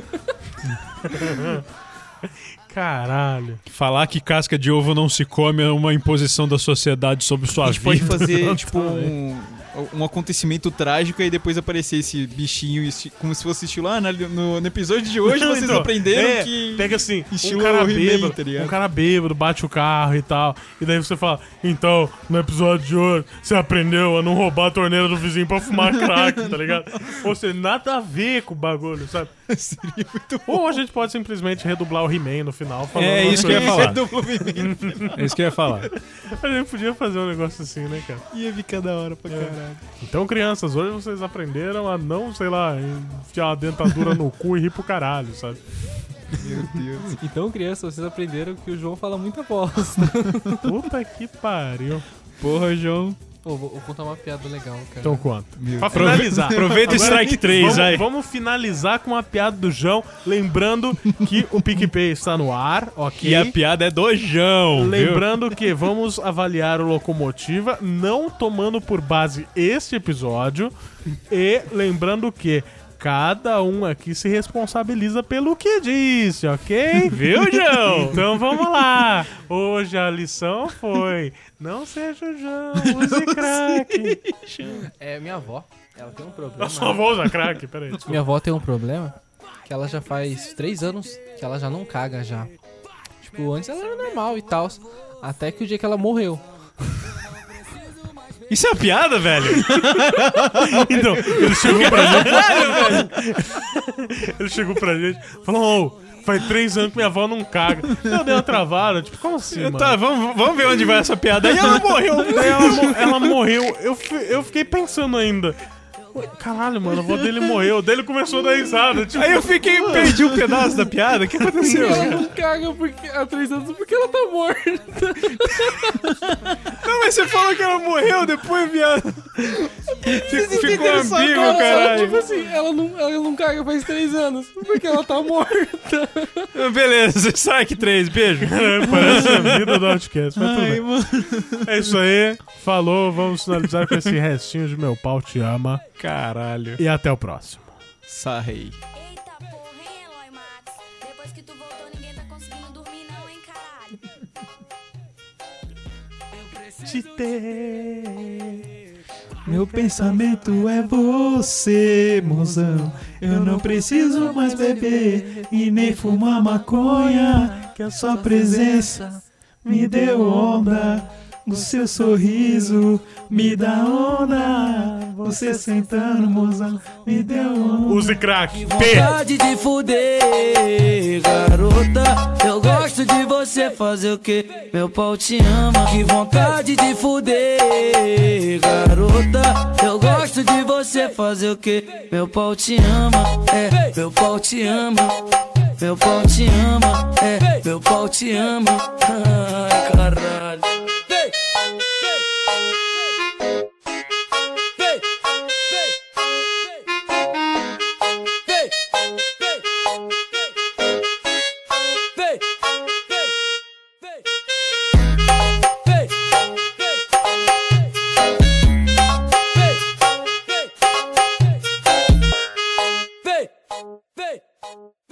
Caralho. Falar que casca de ovo não se come é uma imposição da sociedade sobre A sua gente pode vida. fazer, tipo, um acontecimento trágico e depois aparecer esse bichinho, como se fosse estilo, no episódio de hoje Não, vocês então, aprenderam que... Pega assim, estilo um cara He-Man, bêbado, tá ligado? um cara bêbado bate o carro e tal, e daí você fala, então, no episódio de hoje, você aprendeu a não roubar a torneira do vizinho pra fumar crack, tá ligado? Ou seja, nada a ver com o bagulho, sabe? Seria muito bom. Ou a gente pode simplesmente redublar o He-Man no final, falando É uma isso que eu ia coisa falar. É duplo movimento. É isso que eu ia falar. assim. A gente podia fazer um negócio assim, né, cara? Ia ficar da hora pra caralho. Então, crianças, hoje vocês aprenderam a não, sei lá, enfiar uma dentadura no cu e rir pro caralho, sabe? Meu Deus. Então, crianças, vocês aprenderam que o João fala muita bosta. Puta que pariu. Porra, João. Pô, vou contar uma piada legal, cara. Então conta. Meu Pra Deus. finalizar. Aproveita o Agora, Strike 3 aí. Vamos finalizar com uma piada do João, lembrando que o PicPay está no ar, ok? E a piada é do João, viu? Lembrando que vamos avaliar o Locomotiva, não tomando por base este episódio. E lembrando que cada um aqui se responsabiliza pelo que disse, ok? Viu, João? Então vamos lá. Hoje a lição foi: não seja o João, use crack. Minha avó, ela tem um problema. Eu só vou usar crack, peraí, desculpa. Minha avó tem um problema que ela já faz 3 anos que ela já não caga já. Tipo, antes ela era normal e tal. Até que o dia que ela morreu. Isso é uma piada, velho? Então, ele chegou pra gente. Ele chegou pra gente e falou: ô, faz 3 anos que minha avó não caga. Eu dei uma travada, tipo, como assim, mano? Tá, vamos ver onde vai essa piada. Aí ela morreu. Daí ela morreu. Eu fiquei pensando ainda. Caralho, mano, a avó dele morreu. Daí ele começou a dar risada. Tipo, Aí eu perdi um pedaço da piada. O que aconteceu? Ela não caga há 3 anos porque ela tá morta. Não, mas você falou que ela morreu depois, viado. Ficou ambíguo, Ela, caralho. tipo assim, ela não caga faz 3 anos porque ela tá morta. Beleza, Strike 3, beijo. parece a vida do Outcast. Mas tudo Ai, bem. mano. É isso aí. Falou, vamos finalizar com esse restinho de Meu Pau Te Ama. Caralho. E até o próximo. Sarrei. Eita porra, hein, Eloy Max? Depois que tu voltou, ninguém tá conseguindo dormir não, hein, caralho? Te ter. Meu pensamento é você, mozão. Eu não preciso mais beber e nem fumar maconha, que a sua presença me deu onda. O seu sorriso me dá onda. Você sentando, mozão, me deu onda. Use crack. P. Vontade de fuder, garota. Eu gosto de você fazer o que? Meu pau te ama. Que vontade de fuder, garota. Eu gosto de você fazer o que? Meu pau te ama. É, meu pau te ama. Meu pau te ama. É, meu pau te ama. Ai, caralho. Vem!